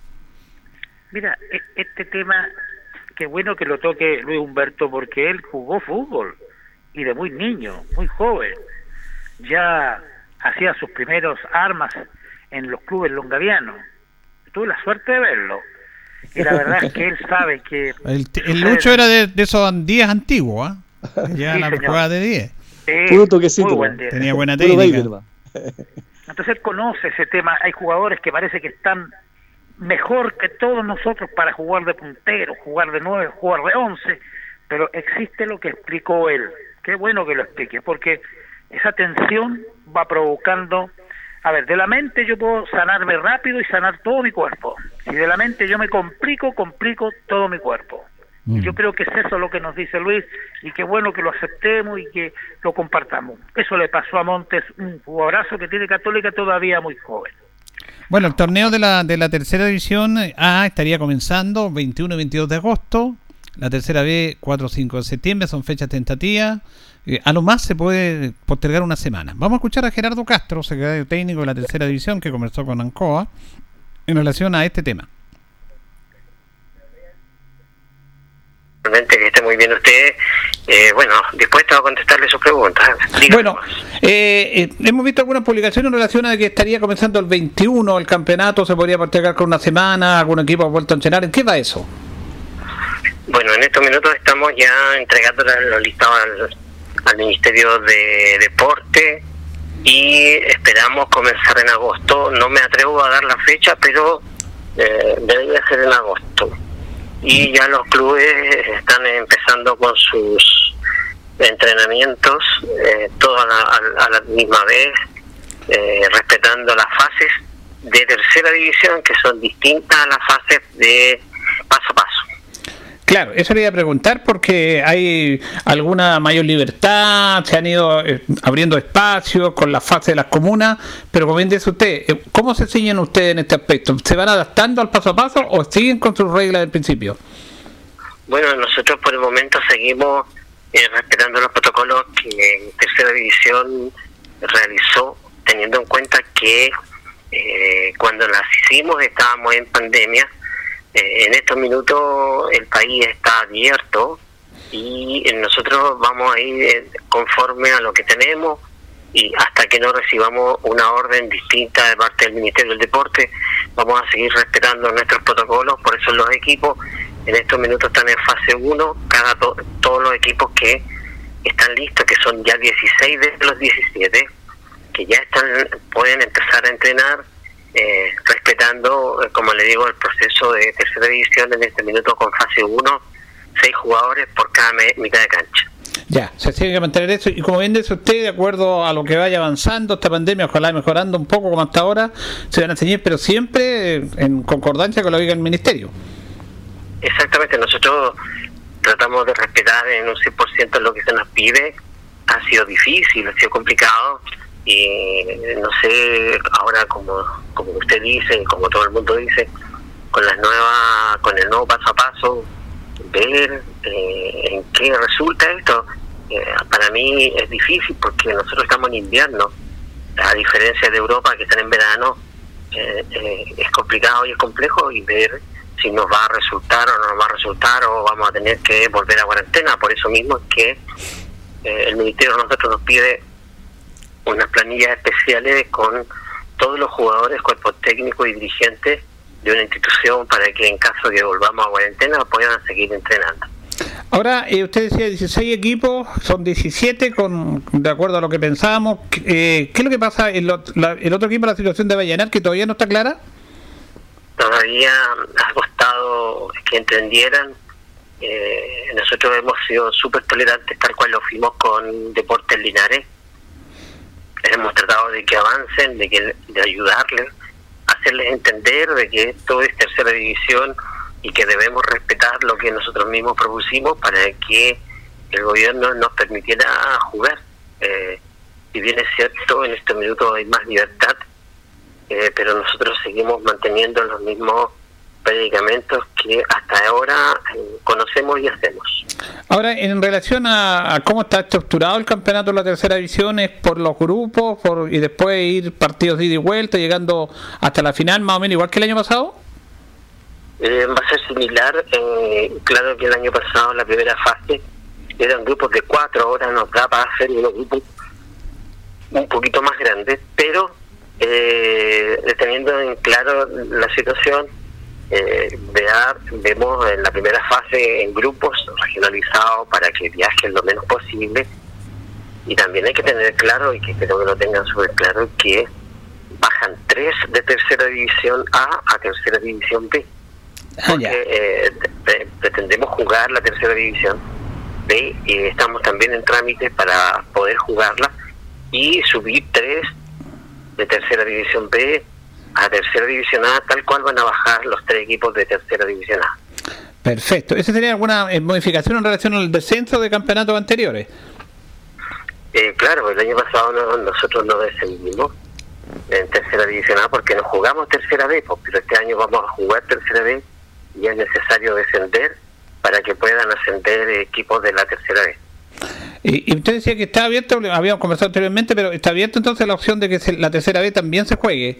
Mira, este tema, qué bueno que lo toque Luis Humberto, porque él jugó fútbol, y de muy niño, muy joven. Ya hacía sus primeros armas en los clubes longavianos. Tuve la suerte de verlo. Y la verdad es que él sabe que... El Lucho era de esos 10 antiguos, ya sí, la jugada de 10. Muy buen 10. Tenía buena técnica. Entonces él conoce ese tema. Hay jugadores que parece que están mejor que todos nosotros para jugar de puntero, jugar de 9, jugar de 11, pero existe lo que explicó él. Qué bueno que lo explique, porque esa tensión va provocando... A ver, de la mente yo puedo sanarme rápido y sanar todo mi cuerpo. Si de la mente yo me complico todo mi cuerpo. Yo creo que es eso lo que nos dice Luis, y qué bueno que lo aceptemos y que lo compartamos. Eso le pasó a Montes, un jugadorazo que tiene Católica todavía muy joven. Bueno, el torneo de la tercera división A estaría comenzando 21 y 22 de agosto. La tercera B, 4 o 5 de septiembre, son fechas tentativas. A lo más se puede postergar una semana. Vamos a escuchar a Gerardo Castro, secretario técnico de la tercera división, que conversó con ANCOA en relación a este tema. Realmente que esté muy bien usted, bueno, dispuesto a contestarle sus preguntas. Bueno, hemos visto algunas publicaciones en relación a que estaría comenzando el 21 el campeonato, se podría postergar con una semana, algún equipo ha vuelto a entrenar. ¿En qué va eso? Bueno, en estos minutos estamos ya entregando los listados al Ministerio de Deporte y esperamos comenzar en agosto. No me atrevo a dar la fecha, pero debería ser en agosto. Y ya los clubes están empezando con sus entrenamientos, todos a la misma vez, respetando las fases de tercera división, que son distintas a las fases de paso a paso. Claro, eso le iba a preguntar porque hay alguna mayor libertad, se han ido abriendo espacios con la fase de las comunas, pero como bien dice usted, ¿cómo se ciñen ustedes en este aspecto? ¿Se van adaptando al paso a paso o siguen con sus reglas del principio? Bueno, nosotros por el momento seguimos respetando los protocolos que tercera división realizó, teniendo en cuenta que cuando las hicimos estábamos en pandemia. En estos minutos el país está abierto y nosotros vamos a ir conforme a lo que tenemos, y hasta que no recibamos una orden distinta de parte del Ministerio del Deporte vamos a seguir respetando nuestros protocolos. Por eso los equipos en estos minutos están en fase 1, todos los equipos que están listos, que son ya 16 de los 17, que ya pueden empezar a entrenar, respetando, como le digo, el proceso de tercera división en este minuto con fase 1, 6 jugadores por cada mitad de cancha. Ya, se tiene que mantener eso, y como bien dice usted, de acuerdo a lo que vaya avanzando esta pandemia, ojalá mejorando un poco como hasta ahora, se van a ceñir, pero siempre en concordancia con lo que diga el Ministerio. Exactamente, nosotros tratamos de respetar en un 100% lo que se nos pide. Ha sido difícil, ha sido complicado, y no sé, ahora como usted dice, como todo el mundo dice, con el nuevo paso a paso, ver en qué resulta esto. Para mí es difícil porque nosotros estamos en invierno, a diferencia de Europa que están en verano. Es complicado y es complejo, y ver si nos va a resultar o no nos va a resultar, o vamos a tener que volver a cuarentena. Por eso mismo es que el Ministerio a nosotros nos pide unas planillas especiales con todos los jugadores, cuerpos técnicos y dirigentes de una institución, para que en caso de que volvamos a cuarentena puedan seguir entrenando. Ahora, usted decía 16 equipos, son 17 de acuerdo a lo que pensábamos. ¿Qué es lo que pasa en el otro equipo, la situación de Vallenar, que todavía no está clara? Todavía ha costado que entendieran. Nosotros hemos sido súper tolerantes, tal cual lo fuimos con Deportes Linares. Hemos tratado de que avancen, de ayudarles, hacerles entender de que esto es tercera división y que debemos respetar lo que nosotros mismos propusimos para que el gobierno nos permitiera jugar. Si bien es cierto, en este minuto hay más libertad, pero nosotros seguimos manteniendo los mismos predicamentos que hasta ahora conocemos y hacemos. Ahora, en relación a cómo está estructurado el campeonato de la tercera división, ¿es por los grupos y después ir partidos de ida y vuelta, llegando hasta la final, más o menos igual que el año pasado? Va a ser similar. Claro que el año pasado, la primera fase, eran grupos de 4, ahora nos da para hacer unos grupos un poquito más grandes, pero teniendo en claro la situación, vemos en la primera fase en grupos regionalizados para que viajen lo menos posible. Y también hay que tener claro, y que creo que lo tengan súper claro, que bajan 3 de tercera división a tercera división B, porque pretendemos jugar la tercera división B, y estamos también en trámite para poder jugarla y subir 3 de tercera división B a tercera división A, tal cual van a bajar los 3 equipos de tercera división A. Perfecto. ¿Esa sería alguna modificación en relación al descenso de campeonatos anteriores? Claro, el año pasado nosotros no descendimos en tercera división A porque no jugamos tercera B, pero este año vamos a jugar tercera B y es necesario descender para que puedan ascender equipos de la tercera B. Y usted decía que está abierto, habíamos conversado anteriormente, pero ¿está abierto entonces la opción de que la tercera B también se juegue?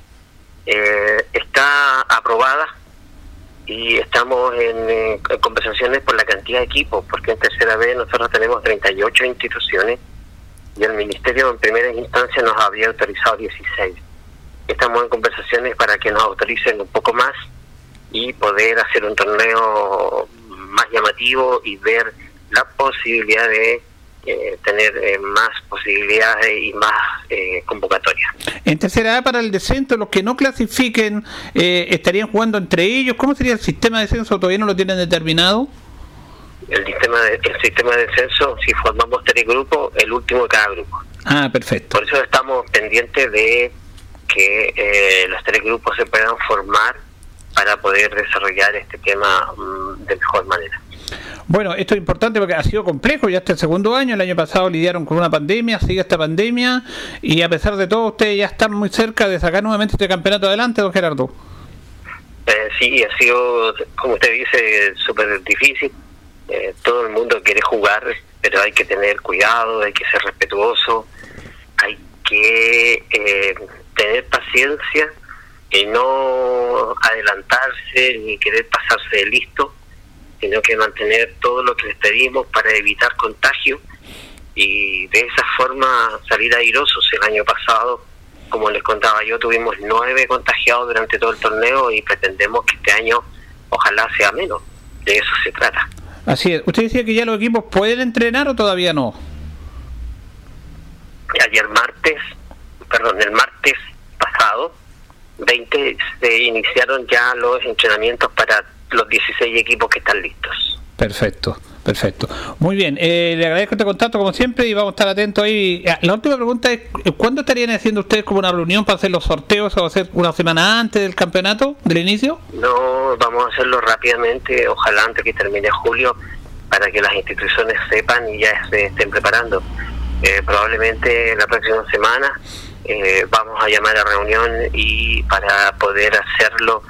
Está aprobada y estamos en conversaciones por la cantidad de equipos, porque en tercera B nosotros tenemos 38 instituciones y el Ministerio en primera instancia nos había autorizado 16. Estamos en conversaciones para que nos autoricen un poco más y poder hacer un torneo más llamativo y ver la posibilidad de tener más posibilidades y más convocatorias. En tercera A, para el descenso, los que no clasifiquen estarían jugando entre ellos. ¿Cómo sería el sistema de descenso? ¿Todavía no lo tienen determinado? El sistema de descenso, si formamos 3 grupos, el último de cada grupo. Perfecto. Por eso estamos pendientes de que los 3 grupos se puedan formar para poder desarrollar este tema de mejor manera. Bueno, esto es importante porque ha sido complejo, ya este el segundo año, el año pasado lidiaron con una pandemia, sigue esta pandemia, y a pesar de todo ustedes ya están muy cerca de sacar nuevamente este campeonato adelante, don Gerardo. Sí, ha sido, como usted dice, súper difícil. Todo el mundo quiere jugar, pero hay que tener cuidado, hay que ser respetuoso, hay que tener paciencia y no adelantarse ni querer pasarse de listo, sino que mantener todo lo que les pedimos para evitar contagio y de esa forma salir airosos. El año pasado, como les contaba yo, tuvimos 9 contagiados durante todo el torneo y pretendemos que este año ojalá sea menos. De eso se trata. Así es. ¿Usted decía que ya los equipos pueden entrenar o todavía no? El martes pasado, 20, se iniciaron ya los entrenamientos para los 16 equipos que están listos. Perfecto. Muy bien, le agradezco este contacto como siempre y vamos a estar atentos ahí. La última pregunta es, ¿cuándo estarían haciendo ustedes como una reunión para hacer los sorteos o hacer una semana antes del campeonato, del inicio? No, vamos a hacerlo rápidamente, ojalá antes que termine julio, para que las instituciones sepan y ya se estén preparando. Probablemente la próxima semana vamos a llamar a reunión y para poder hacerlo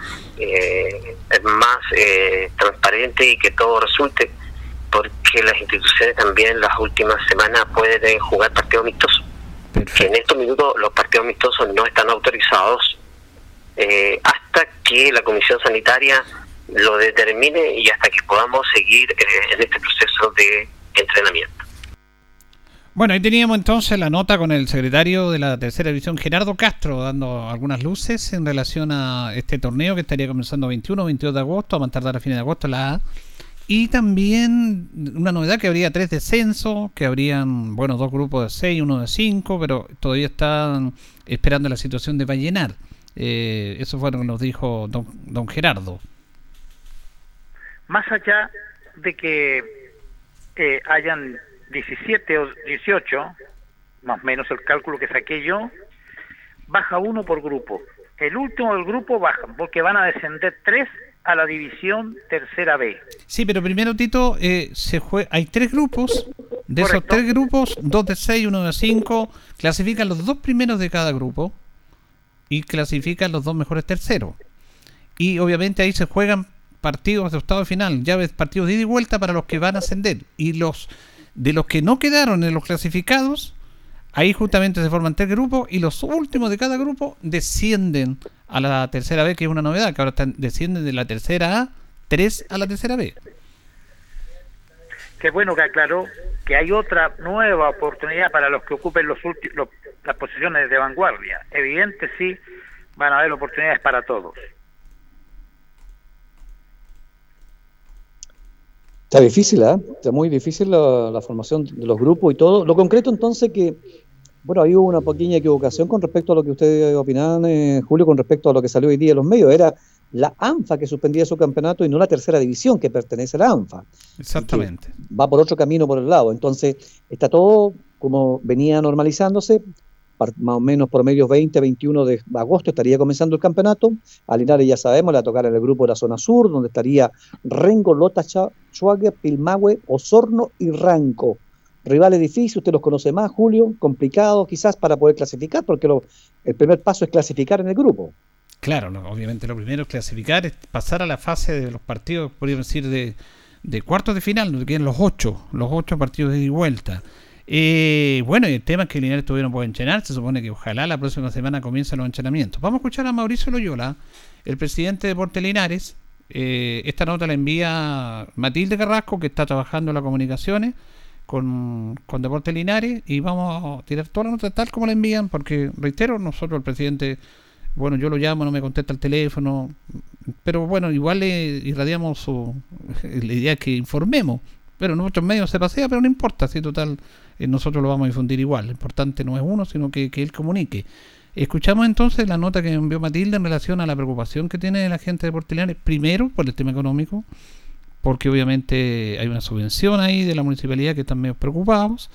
más transparente y que todo resulte, porque las instituciones también las últimas semanas pueden jugar partidos amistosos. Que en estos minutos los partidos amistosos no están autorizados hasta que la Comisión Sanitaria lo determine y hasta que podamos seguir en este proceso de entrenamiento. Bueno, ahí teníamos entonces la nota con el secretario de la tercera división, Gerardo Castro, dando algunas luces en relación a este torneo que estaría comenzando 21 o 22 de agosto, a más tardar a fines de agosto la A. Y también una novedad, que habría 3 descensos, que habrían, 2 grupos de 6, 1 de 5, pero todavía están esperando la situación de Vallenar. Eso fue lo que nos dijo don Gerardo. Más allá de que hayan 17 o 18, más o menos el cálculo que saqué yo, baja 1 por grupo. El último del grupo baja, porque van a descender 3 a la división tercera B. Sí, pero primero, Tito, hay 3 grupos. De Correcto. Esos 3 grupos, 2 de 6, 1 de 5, clasifican los 2 primeros de cada grupo y clasifican los 2 mejores terceros. Y obviamente ahí se juegan partidos de octavo de final, llaves, partidos de ida y vuelta para los que van a ascender. Y de los que no quedaron en los clasificados, ahí justamente se forman 3 grupos y los últimos de cada grupo descienden a la tercera B, que es una novedad, que ahora descienden de la tercera A 3 a la tercera B. Qué bueno que aclaró que hay otra nueva oportunidad para los que ocupen las posiciones de vanguardia. Evidente, sí, van a haber oportunidades para todos. Está difícil, está muy difícil la formación de los grupos y todo. Lo concreto entonces que, ahí hubo una pequeña equivocación con respecto a lo que ustedes opinaban, Julio, con respecto a lo que salió hoy día en los medios. Era la ANFA que suspendía su campeonato y no la tercera división que pertenece a la ANFA. Exactamente. Va por otro camino por el lado. Entonces, está todo como venía normalizándose. Más o menos por medios 20-21 de agosto estaría comenzando el campeonato. A Linares ya sabemos, le va a tocar en el grupo de la zona sur, donde estaría Rengo, Lota, Chuague, Pilmahue, Osorno y Ranco. Rivales difíciles, usted los conoce más, Julio, complicado quizás para poder clasificar, porque el primer paso es clasificar en el grupo. Claro, obviamente lo primero es clasificar, es pasar a la fase de los partidos, podríamos decir, de cuartos de final, donde quedan los 8 partidos de ida y vuelta. Y el tema es que Linares todavía no puede entrenar. Se supone que ojalá la próxima semana comiencen los entrenamientos. Vamos a escuchar a Mauricio Loyola, el presidente de Deportes Linares. Esta nota la envía Matilde Carrasco, que está trabajando en las comunicaciones con Deportes Linares, y vamos a tirar toda la nota tal como la envían, porque reitero, nosotros el presidente, yo lo llamo, no me contesta el teléfono, pero igual le irradiamos la idea que informemos. Pero en nuestros medios se pasea, pero no importa, si total, nosotros lo vamos a difundir igual. Lo importante no es uno, sino que él comunique. Escuchamos entonces la nota que envió Matilde en relación a la preocupación que tiene la gente de Deportes Linares, primero por el tema económico, porque obviamente hay una subvención ahí de la municipalidad que están medio preocupados,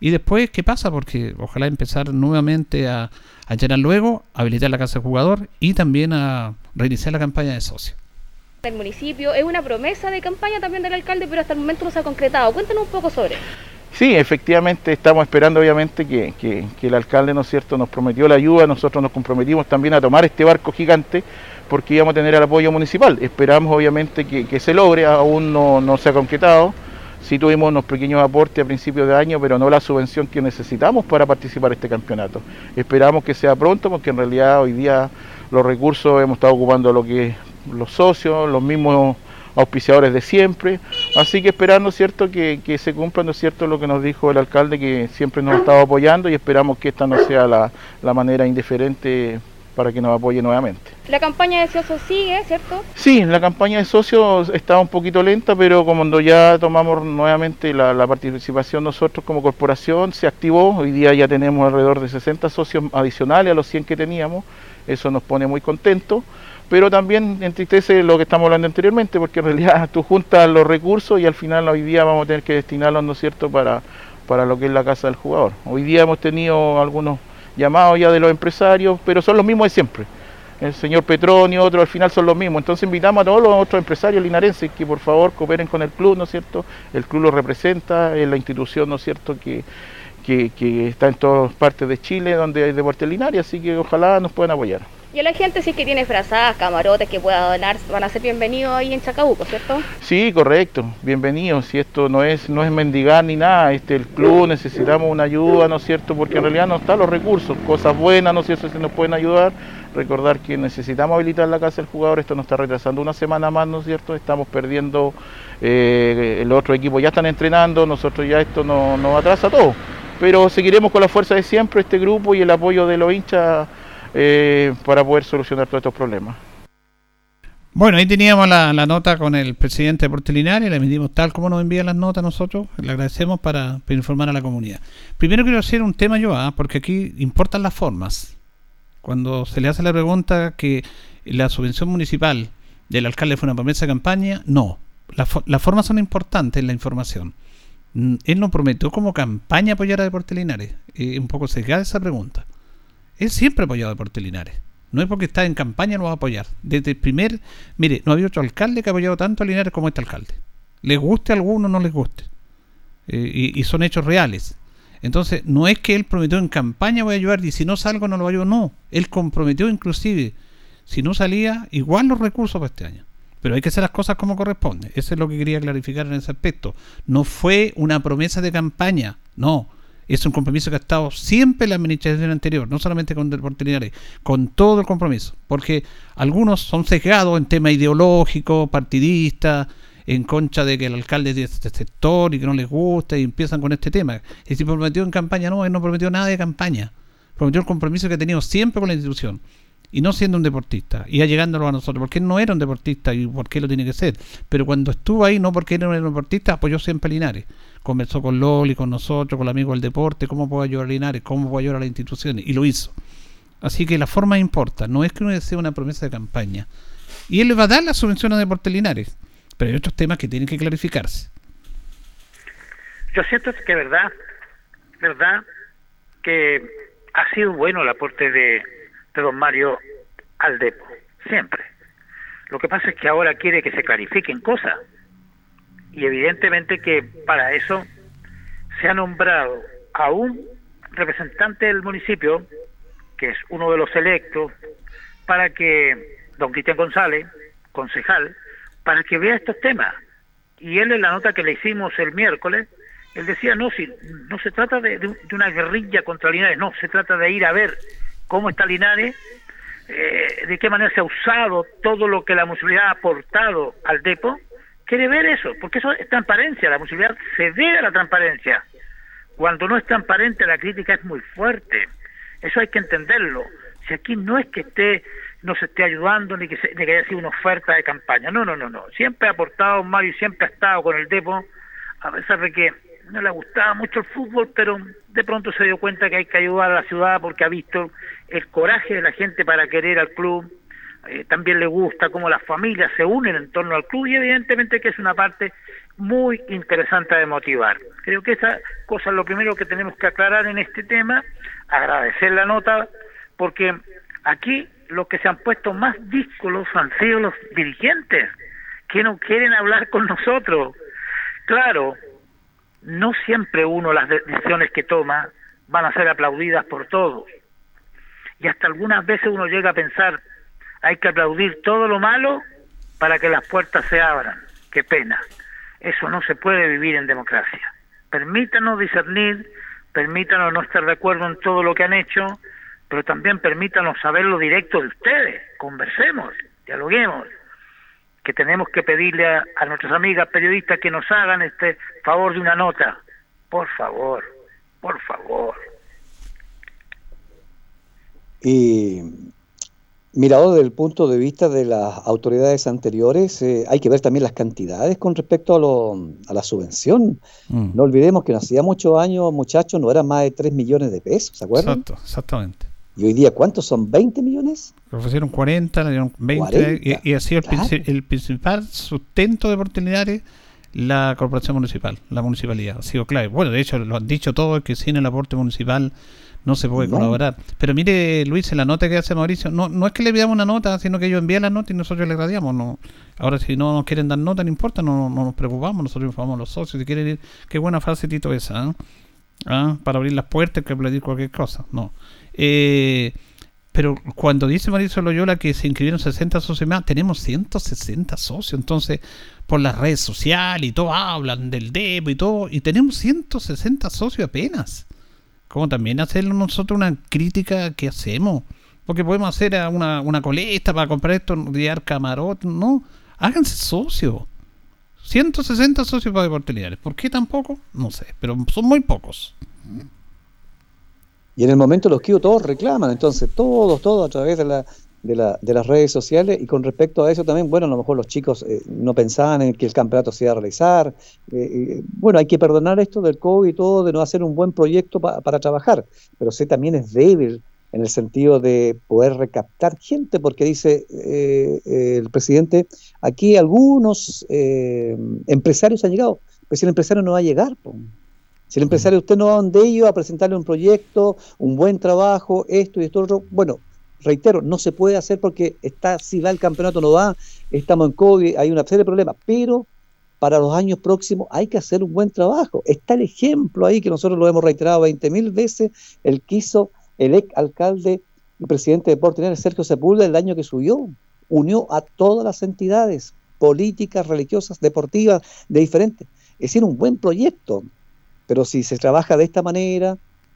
Y después, ¿qué pasa? Porque ojalá empezar nuevamente a llenar luego, habilitar la casa del jugador y también a reiniciar la campaña de socios. El municipio es una promesa de campaña también del alcalde, pero hasta el momento no se ha concretado. Cuéntanos un poco sobre eso. Sí, efectivamente estamos esperando obviamente que el alcalde, ¿no es cierto?, nos prometió la ayuda, nosotros nos comprometimos también a tomar este barco gigante porque íbamos a tener el apoyo municipal. Esperamos obviamente que se logre, aún no se ha concretado. Sí tuvimos unos pequeños aportes a principios de año, pero no la subvención que necesitamos para participar en este campeonato. Esperamos que sea pronto porque en realidad hoy día los recursos hemos estado ocupando lo que los socios, los mismos auspiciadores de siempre, así que esperando, ¿cierto?, que se cumpla, ¿no es cierto?, lo que nos dijo el alcalde, que siempre nos ha estado apoyando, y esperamos que esta no sea la manera indiferente para que nos apoye nuevamente. La campaña de socios sigue, ¿cierto? Sí, la campaña de socios está un poquito lenta, pero cuando ya tomamos nuevamente la participación nosotros como corporación, se activó. Hoy día ya tenemos alrededor de 60 socios adicionales a los 100 que teníamos, eso nos pone muy contentos. Pero también entristece lo que estamos hablando anteriormente, porque en realidad tú juntas los recursos y al final hoy día vamos a tener que destinarlos, ¿no es cierto?, para lo que es la casa del jugador. Hoy día hemos tenido algunos llamados ya de los empresarios, pero son los mismos de siempre. El señor Petrón y otros al final son los mismos. Entonces invitamos a todos los otros empresarios linarenses que por favor cooperen con el club, ¿no es cierto? El club lo representa, es la institución, ¿no es cierto?, que está en todas partes de Chile donde hay deporte linario, así que ojalá nos puedan apoyar. Y a la gente sí que tiene frazadas, camarotes que pueda donar, van a ser bienvenidos ahí en Chacabuco, ¿cierto? Sí, correcto, bienvenidos. Si esto no es mendigar ni nada, el club necesitamos una ayuda, ¿no es cierto? Porque en realidad no están los recursos, cosas buenas, ¿no es cierto?, si nos pueden ayudar. Recordar que necesitamos habilitar la casa del jugador, esto nos está retrasando una semana más, ¿no es cierto? Estamos perdiendo, el otro equipo ya están entrenando, nosotros ya esto nos atrasa todo. Pero seguiremos con la fuerza de siempre, este grupo y el apoyo de los hinchas para poder solucionar todos estos problemas. Bueno, ahí teníamos la nota con el presidente de Deportes Linares, la emitimos tal como nos envían las notas nosotros, le agradecemos para informar a la comunidad. Primero quiero hacer un tema yo, porque aquí importan las formas. Cuando se le hace la pregunta que la subvención municipal del alcalde fue una promesa de campaña, no. Las formas son importantes en la información. Él no prometió como campaña apoyar a Deportes Linares. Un poco sesgada esa pregunta. Él siempre ha apoyado a Deportes Linares. No es porque está en campaña no va a apoyar. Desde el primer... Mire, no había otro alcalde que ha apoyado tanto a Linares como este alcalde. Les guste a alguno o no les guste. Y son hechos reales. Entonces, no es que él prometió en campaña voy a ayudar y si no salgo no lo ayudo. No. Él comprometió inclusive, si no salía, igual los recursos para este año. Pero hay que hacer las cosas como corresponde. Eso es lo que quería clarificar en ese aspecto. No fue una promesa de campaña. No. Es un compromiso que ha estado siempre en la administración anterior, no solamente con Deportes Linares, con todo el compromiso, porque algunos son sesgados en tema ideológico, partidista, en contra de que el alcalde es de este sector y que no les gusta y empiezan con este tema. Y si prometió en campaña, no, él no prometió nada de campaña, prometió el compromiso que ha tenido siempre con la institución y no siendo un deportista y allegándolo a nosotros, porque él no era un deportista y por qué lo tiene que ser, pero cuando estuvo ahí, no porque él no era un deportista, apoyó siempre a Linares. Conversó con Loli, con nosotros, con el amigo del deporte, cómo puedo ayudar a Linares, cómo puedo ayudar a las instituciones, y lo hizo. Así que la forma importa, no es que uno desee una promesa de campaña. Y él le va a dar la subvención a Deportes Linares, pero hay otros temas que tienen que clarificarse. Yo siento que verdad que ha sido bueno el aporte de don Mario al Depo, siempre. Lo que pasa es que ahora quiere que se clarifiquen cosas. Y evidentemente que para eso se ha nombrado a un representante del municipio, que es uno de los electos, para que, don Cristian González, concejal, para que vea estos temas. Y él en la nota que le hicimos el miércoles, él decía, no se trata de una guerrilla contra Linares, no, se trata de ir a ver cómo está Linares, de qué manera se ha usado todo lo que la municipalidad ha aportado al Depo. Quiere ver eso, porque eso es transparencia, la municipalidad se debe a la transparencia. Cuando no es transparente la crítica es muy fuerte, eso hay que entenderlo. Si aquí no es que no se esté ayudando ni que haya sido una oferta de campaña, no, siempre ha aportado Mario y siempre ha estado con el Depo, a pesar de que no le gustaba mucho el fútbol, pero de pronto se dio cuenta que hay que ayudar a la ciudad porque ha visto el coraje de la gente para querer al club. También le gusta cómo las familias se unen en torno al club y evidentemente que es una parte muy interesante de motivar. Creo que esa cosa es lo primero que tenemos que aclarar en este tema, agradecer la nota, porque aquí los que se han puesto más díscolos han sido los dirigentes, que no quieren hablar con nosotros. Claro, no siempre las decisiones que toma van a ser aplaudidas por todos. Y hasta algunas veces uno llega a pensar, hay que aplaudir todo lo malo para que las puertas se abran. Qué pena. Eso no se puede vivir en democracia. Permítanos discernir, permítanos no estar de acuerdo en todo lo que han hecho, pero también permítanos saber lo directo de ustedes. Conversemos, dialoguemos, que tenemos que pedirle a nuestras amigas periodistas que nos hagan este favor de una nota. Por favor, por favor. Y mirado desde el punto de vista de las autoridades anteriores, hay que ver también las cantidades con respecto a la subvención. No olvidemos que no hacía muchos años, muchachos, no eran más de 3 millones de pesos, ¿se acuerdan? Exacto, exactamente. ¿Y hoy día cuántos son? ¿20 millones? Le ofrecieron 40, le dieron 20, y ha sido claro. el principal sustento de Deportes Linares la corporación municipal, la municipalidad. Ha sido clave. Bueno, de hecho, lo han dicho todos, que sin el aporte municipal no se puede colaborar. Pero mire, Luis, en la nota que hace Mauricio, no es que le pidamos una nota, sino que ellos envían la nota y nosotros le radiamos. No. Ahora, si no nos quieren dar nota, no importa, no nos preocupamos, nosotros informamos a los socios. Si quieren ir, qué buena frase, Tito, esa, ¿eh? Para abrir las puertas, que pedir cualquier cosa. No. Pero cuando dice Mauricio Loyola que se inscribieron 60 socios más, tenemos 160 socios. Entonces, por las redes sociales y todo, hablan del DEPO y todo, y tenemos 160 socios apenas. Como también hacer nosotros una crítica que hacemos, porque podemos hacer una colecta para comprar esto, enviar camarotes, no, háganse socios. 160 socios para Deportes Linares. ¿Por qué tan poco? No sé, pero son muy pocos. Y en el momento los Kio todos reclaman, entonces todos a través de las redes sociales. Y con respecto a eso también, bueno, a lo mejor los chicos no pensaban en que el campeonato se iba a realizar. Bueno, hay que perdonar esto del COVID y todo, de no hacer un buen proyecto para trabajar, pero sí también es débil en el sentido de poder recaptar gente, porque dice el presidente, aquí algunos empresarios han llegado, pero si el empresario no va a llegar, po. Si el empresario, usted no va donde ellos a presentarle un proyecto, un buen trabajo, esto y esto otro, bueno, reitero, no se puede hacer porque si va el campeonato no va, estamos en COVID, hay una serie de problemas, pero para los años próximos hay que hacer un buen trabajo. Está el ejemplo ahí que nosotros lo hemos reiterado 20.000 veces, el que hizo el ex alcalde y presidente de Deportes Linares, Sergio Sepúlveda, el año que subió, unió a todas las entidades políticas, religiosas, deportivas, de diferentes. Es decir, un buen proyecto. Pero si se trabaja de esta manera,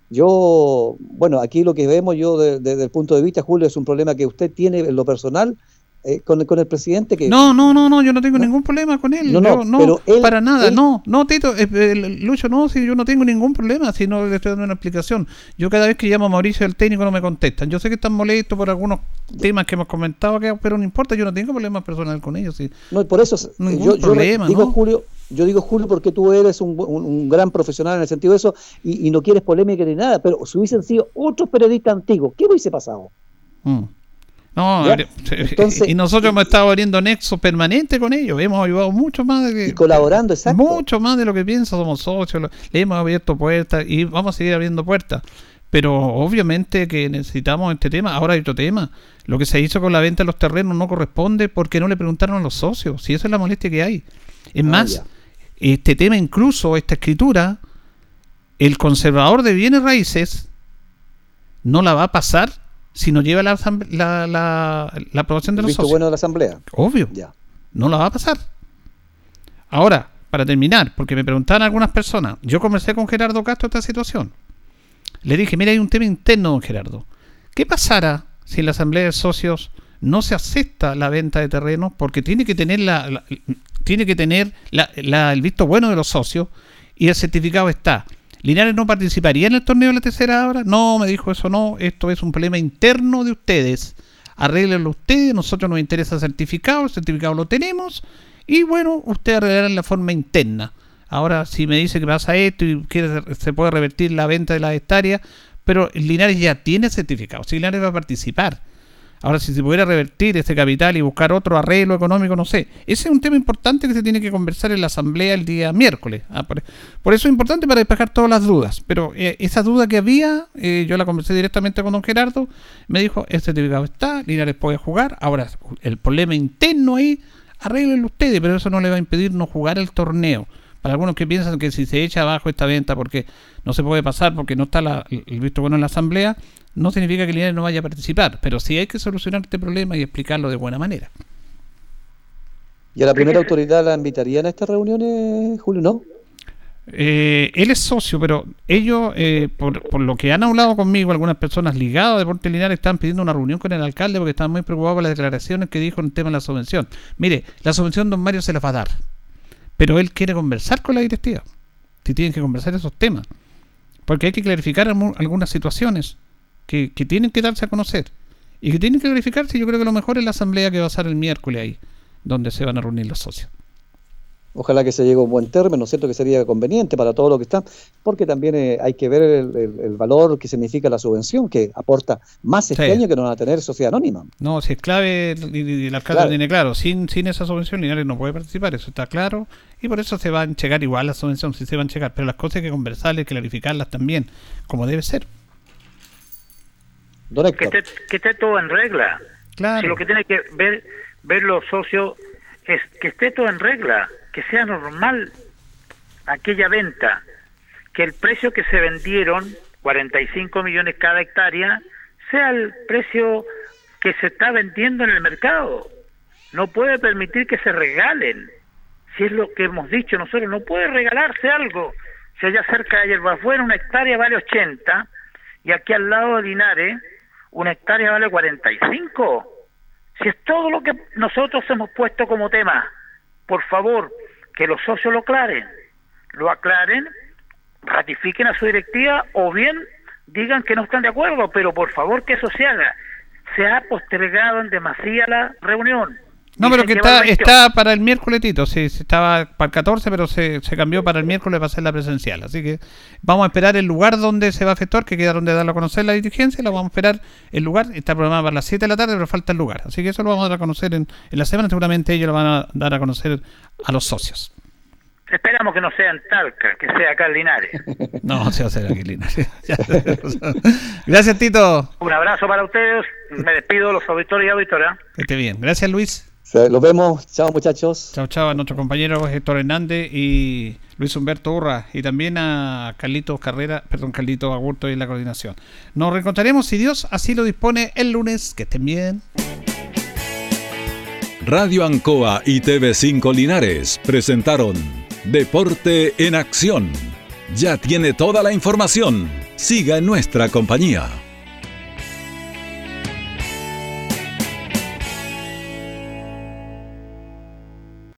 bueno, aquí lo que vemos yo desde el punto de vista, Julio, es un problema que usted tiene en lo personal con el presidente. Que No, yo no tengo ningún problema con él. Pero él, para nada, no, Tito, Lucho, no, si yo no tengo ningún problema, si no le estoy dando una explicación. Yo cada vez que llamo a Mauricio, el técnico, no me contestan. Yo sé que están molestos por algunos temas que hemos comentado, pero no importa, yo no tengo problemas personales con ellos. Sí. No, por eso problema, digo, ¿no? Julio, porque tú eres un gran profesional en el sentido de eso y no quieres polémica ni nada, pero si hubiesen sido otros periodistas antiguos, ¿qué hubiese pasado? No, entonces, y nosotros hemos estado abriendo nexo permanente con ellos, hemos ayudado mucho más y colaborando, exacto. Mucho más de lo que piensa, somos socios, le hemos abierto puertas y vamos a seguir abriendo puertas. Pero obviamente que necesitamos este tema. Ahora hay otro tema. Lo que se hizo con la venta de los terrenos no corresponde porque no le preguntaron a los socios. Si esa es la molestia que hay. Es más, este tema, incluso esta escritura, el conservador de bienes raíces no la va a pasar si no lleva la aprobación de los socios. Bueno de la asamblea. Obvio. No la va a pasar. Ahora, para terminar, porque me preguntaban algunas personas, yo conversé con Gerardo Castro esta situación. Le dije, mira, hay un tema interno, don Gerardo. ¿Qué pasará si en la asamblea de socios no se acepta la venta de terrenos? Porque tiene que tener el visto bueno de los socios y el certificado está. ¿Linares no participaría en el torneo de la tercera hora? No, me dijo, eso no, esto es un problema interno de ustedes. Arréglenlo ustedes, nosotros nos interesa el certificado lo tenemos y bueno, ustedes arreglarán la forma interna. Ahora, si me dice que pasa esto y se puede revertir la venta de las hectáreas, pero Linares ya tiene certificado, si Linares va a participar. Ahora, si se pudiera revertir este capital y buscar otro arreglo económico, no sé. Ese es un tema importante que se tiene que conversar en la asamblea el día miércoles. Por eso es importante para despejar todas las dudas. Pero esa duda que había, yo la conversé directamente con don Gerardo. Me dijo, el certificado está, Linares puede jugar. Ahora, el problema interno ahí, arréglenlo ustedes, pero eso no le va a impedir no jugar el torneo. Para algunos que piensan que si se echa abajo esta venta porque no se puede pasar, porque no está el visto bueno en la asamblea, no significa que Linares no vaya a participar, pero sí hay que solucionar este problema y explicarlo de buena manera. ¿Y a la primera autoridad la invitarían a estas reuniones, Julio, no? Él es socio, pero ellos, por lo que han hablado conmigo, algunas personas ligadas a Deportes Linares están pidiendo una reunión con el alcalde porque están muy preocupados por las declaraciones que dijo en el tema de la subvención. Mire, la subvención don Mario se la va a dar, pero él quiere conversar con la directiva. Si tienen que conversar esos temas, porque hay que clarificar algunas situaciones que tienen que darse a conocer y que tienen que clarificarse. Yo creo que lo mejor es la asamblea que va a ser el miércoles ahí, donde se van a reunir los socios. Ojalá que se llegue a un buen término, ¿no es cierto? Que sería conveniente para todo lo que está, porque también hay que ver el valor que significa la subvención, que aporta más este año que no va a tener Sociedad Anónima. No, si es clave, y el alcalde lo tiene claro, sin esa subvención Linares no puede participar, eso está claro, y por eso se van a checar igual la subvención, sí se van a checar, pero las cosas hay que conversarlas, clarificarlas también, como debe ser. Que esté todo en regla. Claro. Si lo que tiene que ver los socios es que esté todo en regla, que sea normal aquella venta, que el precio que se vendieron, 45 millones cada hectárea, sea el precio que se está vendiendo en el mercado. No puede permitir que se regalen, si es lo que hemos dicho nosotros, no puede regalarse algo. Si allá cerca de Hierbabuena una hectárea vale 80 y aquí al lado de Linares una hectárea vale 45. Si es todo lo que nosotros hemos puesto como tema, por favor, que los socios lo aclaren, ratifiquen a su directiva o bien digan que no están de acuerdo, pero por favor que eso se haga. Se ha postergado en demasía la reunión. No, pero que está para el miércoles, Tito. Sí, estaba para el 14, pero se cambió para el miércoles para hacer la presencial. Así que vamos a esperar el lugar donde se va a efectuar, que quedaron de darlo a conocer la dirigencia. Lo vamos a esperar el lugar. Está programado para las 7 de la tarde, pero falta el lugar. Así que eso lo vamos a dar a conocer en la semana. Seguramente ellos lo van a dar a conocer a los socios. Esperamos que no sea en Talca, que sea acá en Linares. No, se va a hacer aquí en Linares. Gracias, Tito. Un abrazo para ustedes. Me despido de los auditores y auditoras. Que esté bien. Gracias, Luis. Los vemos. Chao, muchachos. Chao a nuestro compañero Héctor Hernández y Luis Humberto Urra, y también a Carlito Agurto en la coordinación. Nos reencontraremos, si Dios así lo dispone, el lunes. Que estén bien. Radio Ancoa y TV5 Linares presentaron Deporte en Acción. Ya tiene toda la información. Siga en nuestra compañía.